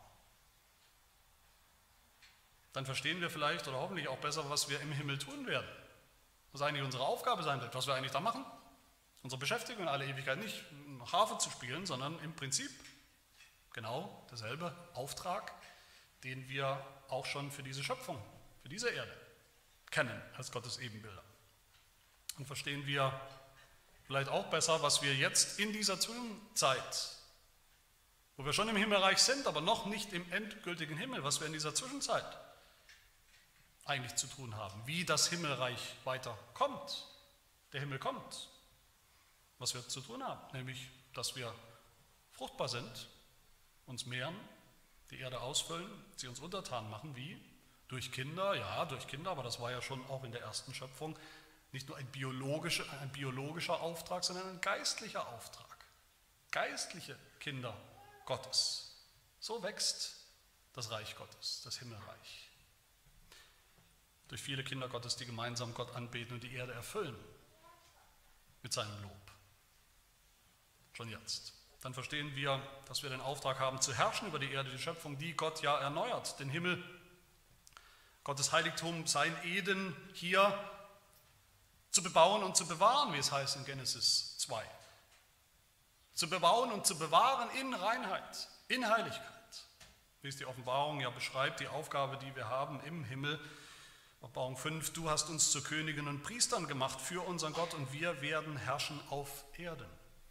A: Dann verstehen wir vielleicht oder hoffentlich auch besser, was wir im Himmel tun werden. Was eigentlich unsere Aufgabe sein wird, was wir eigentlich da machen. Unsere Beschäftigung in aller Ewigkeit nicht Harfe zu spielen, sondern im Prinzip genau derselbe Auftrag, den wir auch schon für diese Schöpfung, für diese Erde kennen als Gottes Ebenbilder. Und verstehen wir vielleicht auch besser, was wir jetzt in dieser Zwischenzeit, wo wir schon im Himmelreich sind, aber noch nicht im endgültigen Himmel, was wir in dieser Zwischenzeit eigentlich zu tun haben, wie das Himmelreich weiterkommt, der Himmel kommt, was wir zu tun haben, nämlich, dass wir fruchtbar sind, uns mehren, die Erde ausfüllen, sie uns untertan machen, wie? Durch Kinder, ja, durch Kinder, aber das war ja schon auch in der ersten Schöpfung nicht nur ein biologischer Auftrag, sondern ein geistlicher Auftrag. Geistliche Kinder Gottes. So wächst das Reich Gottes, das Himmelreich. Durch viele Kinder Gottes, die gemeinsam Gott anbeten und die Erde erfüllen mit seinem Lob. Schon jetzt. Dann verstehen wir, dass wir den Auftrag haben, zu herrschen über die Erde, die Schöpfung, die Gott ja erneuert. Den Himmel, Gottes Heiligtum, sein Eden hier zu bebauen und zu bewahren, wie es heißt in Genesis 2. Zu bebauen und zu bewahren in Reinheit, in Heiligkeit. Wie es die Offenbarung ja beschreibt, die Aufgabe, die wir haben im Himmel. Offenbarung 5, du hast uns zu Königen und Priestern gemacht für unseren Gott und wir werden herrschen auf Erden.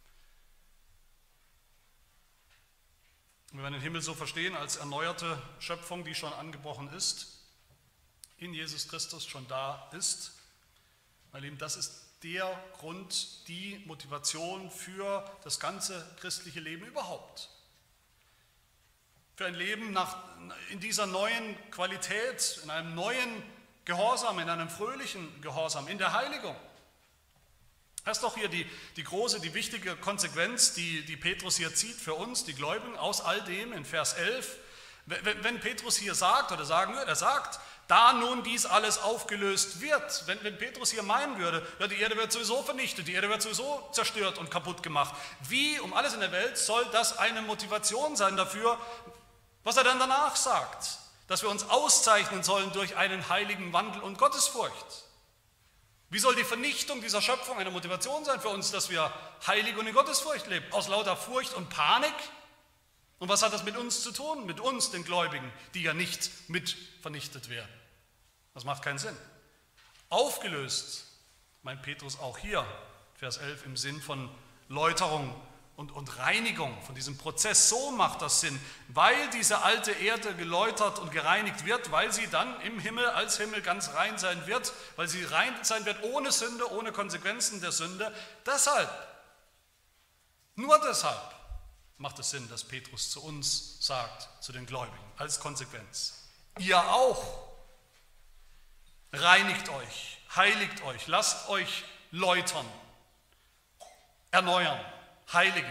A: Wenn wir den Himmel so verstehen als erneuerte Schöpfung, die schon angebrochen ist, in Jesus Christus schon da ist, meine Lieben, das ist der Grund, die Motivation für das ganze christliche Leben überhaupt. Für ein Leben in dieser neuen Qualität, in einem neuen Gehorsam, in einem fröhlichen Gehorsam, in der Heiligung. Das ist doch hier die große, die wichtige Konsequenz, die Petrus hier zieht für uns, die Gläubigen, aus all dem in Vers 11. Wenn Petrus hier sagt, oder sagen würde, er sagt, da nun dies alles aufgelöst wird, wenn Petrus hier meinen würde, ja, die Erde wird sowieso vernichtet, die Erde wird sowieso zerstört und kaputt gemacht. Wie um alles in der Welt soll das eine Motivation sein dafür, was er dann danach sagt, dass wir uns auszeichnen sollen durch einen heiligen Wandel und Gottesfurcht? Wie soll die Vernichtung dieser Schöpfung eine Motivation sein für uns, dass wir heilig und in Gottesfurcht leben? Aus lauter Furcht und Panik? Und was hat das mit uns zu tun? Mit uns, den Gläubigen, die ja nicht mit vernichtet werden. Das macht keinen Sinn. Aufgelöst, meint Petrus auch hier, Vers 11, im Sinn von Läuterung und Reinigung, von diesem Prozess. So macht das Sinn, weil diese alte Erde geläutert und gereinigt wird, weil sie dann im Himmel als Himmel ganz rein sein wird, weil sie rein sein wird ohne Sünde, ohne Konsequenzen der Sünde. Deshalb, nur deshalb macht es Sinn, dass Petrus zu uns sagt, zu den Gläubigen, als Konsequenz. Ihr auch reinigt euch, heiligt euch, lasst euch läutern, erneuern, heiligen.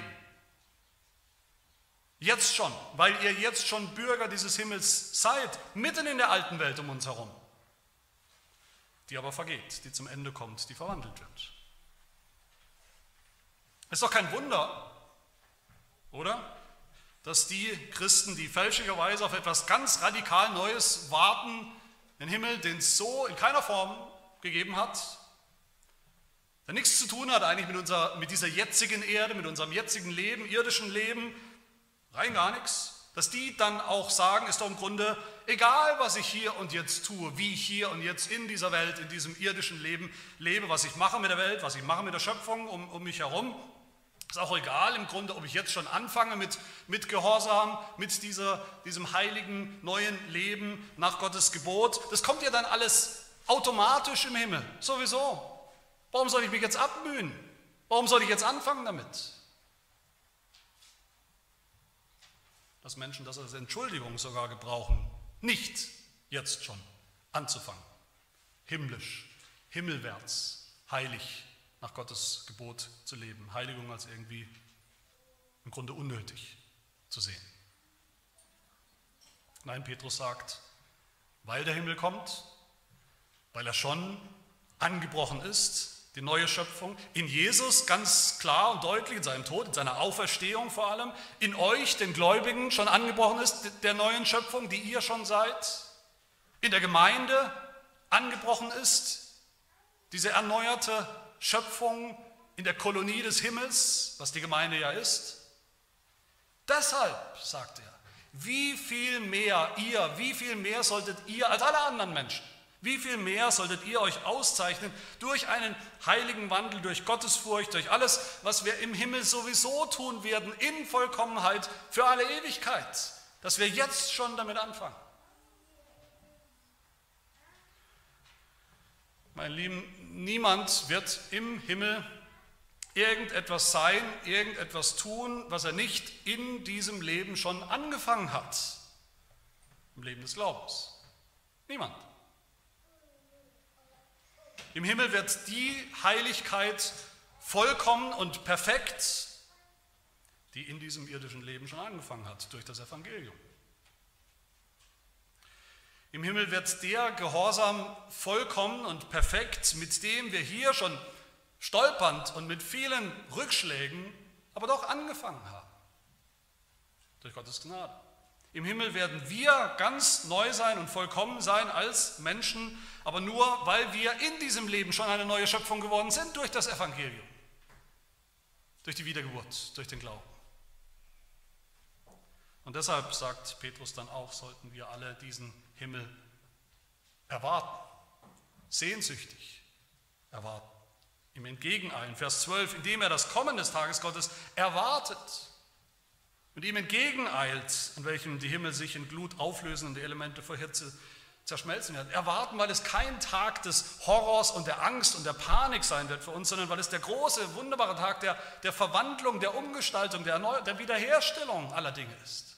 A: Jetzt schon, weil ihr jetzt schon Bürger dieses Himmels seid, mitten in der alten Welt um uns herum, die aber vergeht, die zum Ende kommt, die verwandelt wird. Ist doch kein Wunder, oder? Dass die Christen, die fälschlicherweise auf etwas ganz radikal Neues warten, den Himmel, den es so in keiner Form gegeben hat, der nichts zu tun hat eigentlich mit dieser jetzigen Erde, mit unserem jetzigen Leben, irdischen Leben, rein gar nichts. dass die dann auch sagen, ist doch im Grunde egal, was ich hier und jetzt tue, wie ich hier und jetzt in dieser Welt, in diesem irdischen Leben lebe, was ich mache mit der Welt, was ich mache mit der Schöpfung um mich herum. Ist auch egal im Grunde, ob ich jetzt schon anfange mit Gehorsam, mit diesem heiligen neuen Leben nach Gottes Gebot. Das kommt ja dann alles automatisch im Himmel, sowieso. Warum soll ich mich jetzt abmühen? Warum soll ich jetzt anfangen damit? Dass Menschen das als Entschuldigung sogar gebrauchen, nicht jetzt schon anzufangen, himmlisch, himmelwärts, heilig nach Gottes Gebot zu leben, Heiligung als irgendwie im Grunde unnötig zu sehen. Nein, Petrus sagt, weil der Himmel kommt, weil er schon angebrochen ist, die neue Schöpfung, in Jesus ganz klar und deutlich, in seinem Tod, in seiner Auferstehung vor allem, in euch, den Gläubigen, schon angebrochen ist, der neuen Schöpfung, die ihr schon seid, in der Gemeinde angebrochen ist, diese erneuerte Schöpfung in der Kolonie des Himmels, was die Gemeinde ja ist. Deshalb, sagt er, wie viel mehr solltet ihr als alle anderen Menschen, wie viel mehr solltet ihr euch auszeichnen durch einen heiligen Wandel, durch Gottesfurcht, durch alles, was wir im Himmel sowieso tun werden, in Vollkommenheit für alle Ewigkeit, dass wir jetzt schon damit anfangen. Meine Lieben, niemand wird im Himmel irgendetwas sein, irgendetwas tun, was er nicht in diesem Leben schon angefangen hat, im Leben des Glaubens. Niemand. Im Himmel wird die Heiligkeit vollkommen und perfekt, die in diesem irdischen Leben schon angefangen hat, durch das Evangelium. Im Himmel wird der Gehorsam vollkommen und perfekt, mit dem wir hier schon stolpernd und mit vielen Rückschlägen, aber doch angefangen haben, durch Gottes Gnade. Im Himmel werden wir ganz neu sein und vollkommen sein als Menschen, aber nur, weil wir in diesem Leben schon eine neue Schöpfung geworden sind durch das Evangelium, durch die Wiedergeburt, durch den Glauben. Und deshalb, sagt Petrus dann auch, sollten wir alle diesen Himmel erwarten, sehnsüchtig erwarten, ihm entgegeneilen. Vers 12, indem er das Kommen des Tages Gottes erwartet und ihm entgegeneilt, an welchem die Himmel sich in Glut auflösen und die Elemente vor Hitze zerschmelzen werden. Erwarten, weil es kein Tag des Horrors und der Angst und der Panik sein wird für uns, sondern weil es der große, wunderbare Tag der Verwandlung, der Umgestaltung, der Wiederherstellung aller Dinge ist.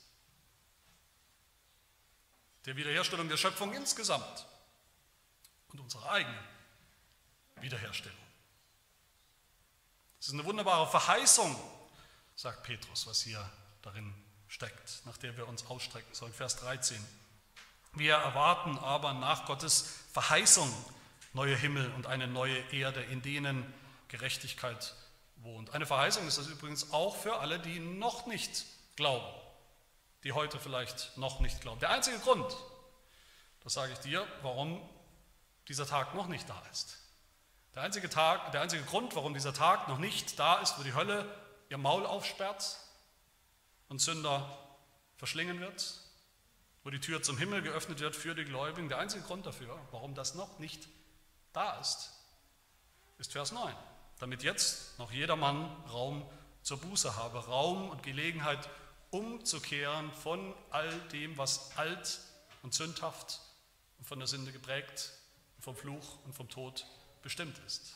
A: Der Wiederherstellung der Schöpfung insgesamt und unserer eigenen Wiederherstellung. Es ist eine wunderbare Verheißung, sagt Petrus, was hier darin steckt, nach der wir uns ausstrecken sollen. Vers 13. Wir erwarten aber nach Gottes Verheißung neue Himmel und eine neue Erde, in denen Gerechtigkeit wohnt. Eine Verheißung ist das übrigens auch für alle, die noch nicht glauben, die heute vielleicht noch nicht glauben. Der einzige Grund, das sage ich dir, warum dieser Tag noch nicht da ist. Der einzige Grund, warum dieser Tag noch nicht da ist, wo die Hölle ihr Maul aufsperrt und Sünder verschlingen wird, wo die Tür zum Himmel geöffnet wird für die Gläubigen. Der einzige Grund dafür, warum das noch nicht da ist Vers 9. Damit jetzt noch jedermann Raum zur Buße habe, Raum und Gelegenheit umzukehren von all dem, was alt und sündhaft und von der Sünde geprägt, vom Fluch und vom Tod bestimmt ist.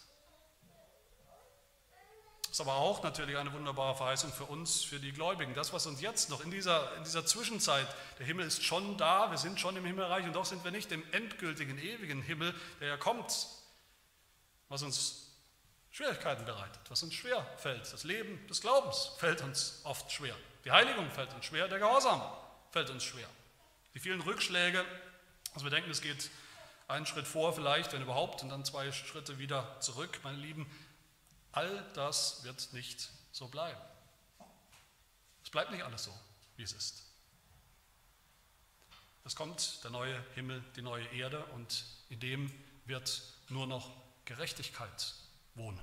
A: Das ist aber auch natürlich eine wunderbare Verheißung für uns, für die Gläubigen. Das, was uns jetzt noch in dieser Zwischenzeit, der Himmel ist schon da, wir sind schon im Himmelreich und doch sind wir nicht im endgültigen, ewigen Himmel, der ja kommt, was uns Schwierigkeiten bereitet, was uns schwer fällt. Das Leben des Glaubens fällt uns oft schwer. Die Heiligung fällt uns schwer, der Gehorsam fällt uns schwer. Die vielen Rückschläge, also wir denken, es geht einen Schritt vor vielleicht, wenn überhaupt, und dann 2 Schritte wieder zurück, meine Lieben. All das wird nicht so bleiben. Es bleibt nicht alles so, wie es ist. Es kommt der neue Himmel, die neue Erde und in dem wird nur noch Gerechtigkeit wohnen,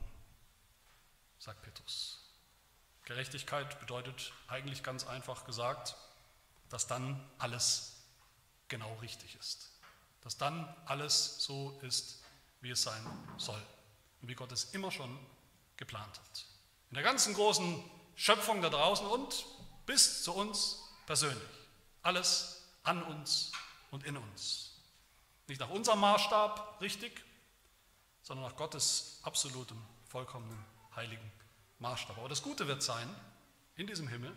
A: sagt Petrus. Gerechtigkeit bedeutet eigentlich ganz einfach gesagt dass dann alles genau richtig ist. Dass dann alles so ist, wie es sein soll und wie Gott es immer schon geplant hat. In der ganzen großen Schöpfung da draußen und bis zu uns persönlich. Alles an uns und in uns. Nicht nach unserem Maßstab richtig, sondern nach Gottes absolutem, vollkommenen, heiligen Maßstab. Aber das Gute wird sein, in diesem Himmel,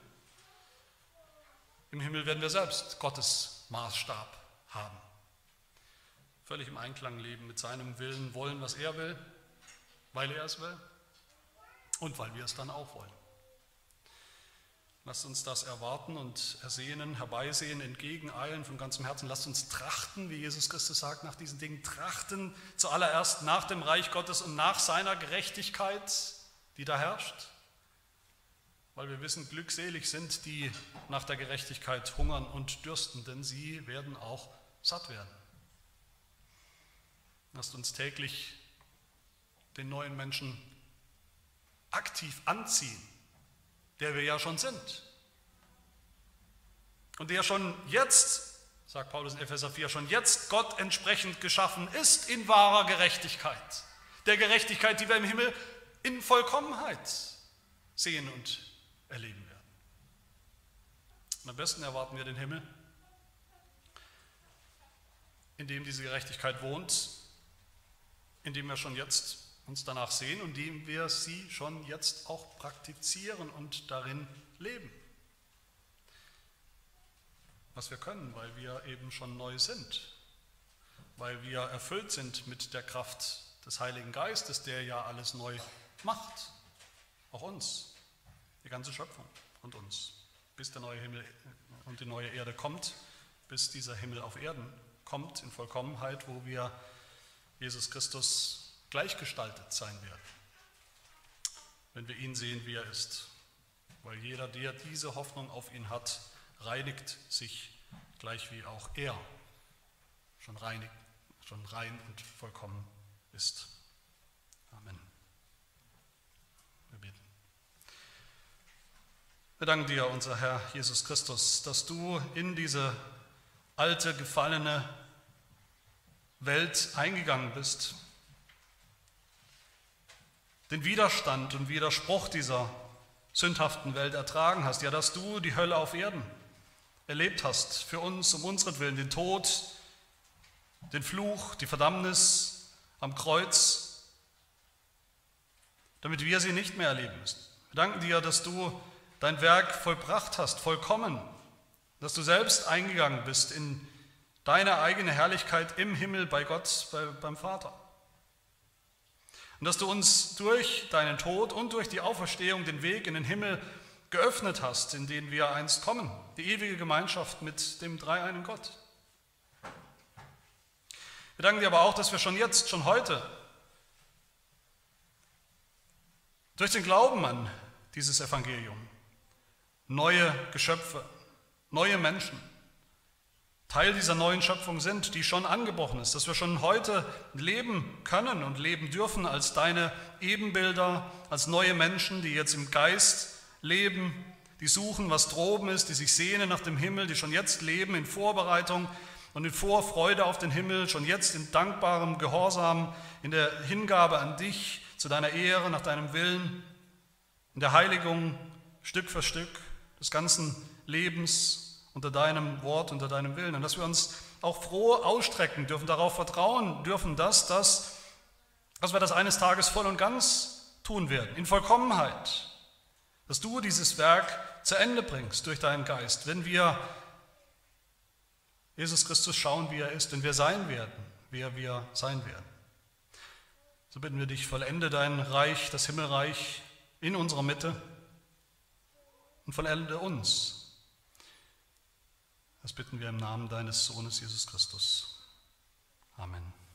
A: im Himmel werden wir selbst Gottes Maßstab haben. Völlig im Einklang leben mit seinem Willen, wollen, was er will, weil er es will und weil wir es dann auch wollen. Lasst uns das erwarten und ersehnen, herbeisehen, entgegeneilen von ganzem Herzen. Lasst uns trachten, wie Jesus Christus sagt, nach diesen Dingen. Trachten zuallererst nach dem Reich Gottes und nach seiner Gerechtigkeit, die da herrscht. Weil wir wissen, glückselig sind die nach der Gerechtigkeit hungern und dürsten, denn sie werden auch satt werden. Lasst uns täglich den neuen Menschen aktiv anziehen, der wir ja schon sind. Und der schon jetzt, sagt Paulus in Epheser 4, schon jetzt Gott entsprechend geschaffen ist in wahrer Gerechtigkeit. Der Gerechtigkeit, die wir im Himmel in Vollkommenheit sehen und erleben werden. Und am besten erwarten wir den Himmel, in dem diese Gerechtigkeit wohnt, in dem wir schon jetzt uns danach sehen und indem wir sie schon jetzt auch praktizieren und darin leben. Was wir können, weil wir eben schon neu sind, weil wir erfüllt sind mit der Kraft des Heiligen Geistes, der ja alles neu macht, auch uns, die ganze Schöpfung und uns, bis der neue Himmel und die neue Erde kommt, bis dieser Himmel auf Erden kommt in Vollkommenheit, wo wir Jesus Christus gleichgestaltet sein werden, wenn wir ihn sehen, wie er ist. Weil jeder, der diese Hoffnung auf ihn hat, reinigt sich gleich wie auch er schon rein und vollkommen ist. Amen. Wir beten. Wir danken dir, unser Herr Jesus Christus, dass du in diese alte, gefallene Welt eingegangen bist, den Widerstand und Widerspruch dieser sündhaften Welt ertragen hast, ja, dass du die Hölle auf Erden erlebt hast für uns, um unseren den Tod, den Fluch, die Verdammnis am Kreuz, damit wir sie nicht mehr erleben müssen. Wir danken dir, dass du dein Werk vollbracht hast, vollkommen, dass du selbst eingegangen bist in deine eigene Herrlichkeit im Himmel bei Gott, beim Vater. Und dass du uns durch deinen Tod und durch die Auferstehung den Weg in den Himmel geöffnet hast, in den wir einst kommen, die ewige Gemeinschaft mit dem dreieinen Gott. Wir danken dir aber auch, dass wir schon jetzt, schon heute, durch den Glauben an dieses Evangelium neue Geschöpfe, neue Menschen, Teil dieser neuen Schöpfung sind, die schon angebrochen ist, dass wir schon heute leben können und leben dürfen als deine Ebenbilder, als neue Menschen, die jetzt im Geist leben, die suchen, was droben ist, die sich sehnen nach dem Himmel, die schon jetzt leben in Vorbereitung und in Vorfreude auf den Himmel, schon jetzt in dankbarem Gehorsam, in der Hingabe an dich, zu deiner Ehre, nach deinem Willen, in der Heiligung Stück für Stück des ganzen Lebens unter deinem Wort, unter deinem Willen. Und dass wir uns auch froh ausstrecken dürfen, darauf vertrauen dürfen, dass wir das eines Tages voll und ganz tun werden, in Vollkommenheit. Dass du dieses Werk zu Ende bringst durch deinen Geist, wenn wir Jesus Christus schauen, wie er ist, wenn wir sein werden, wer wir sein werden. So bitten wir dich, vollende dein Reich, das Himmelreich in unserer Mitte und vollende uns. Das bitten wir im Namen deines Sohnes Jesus Christus. Amen.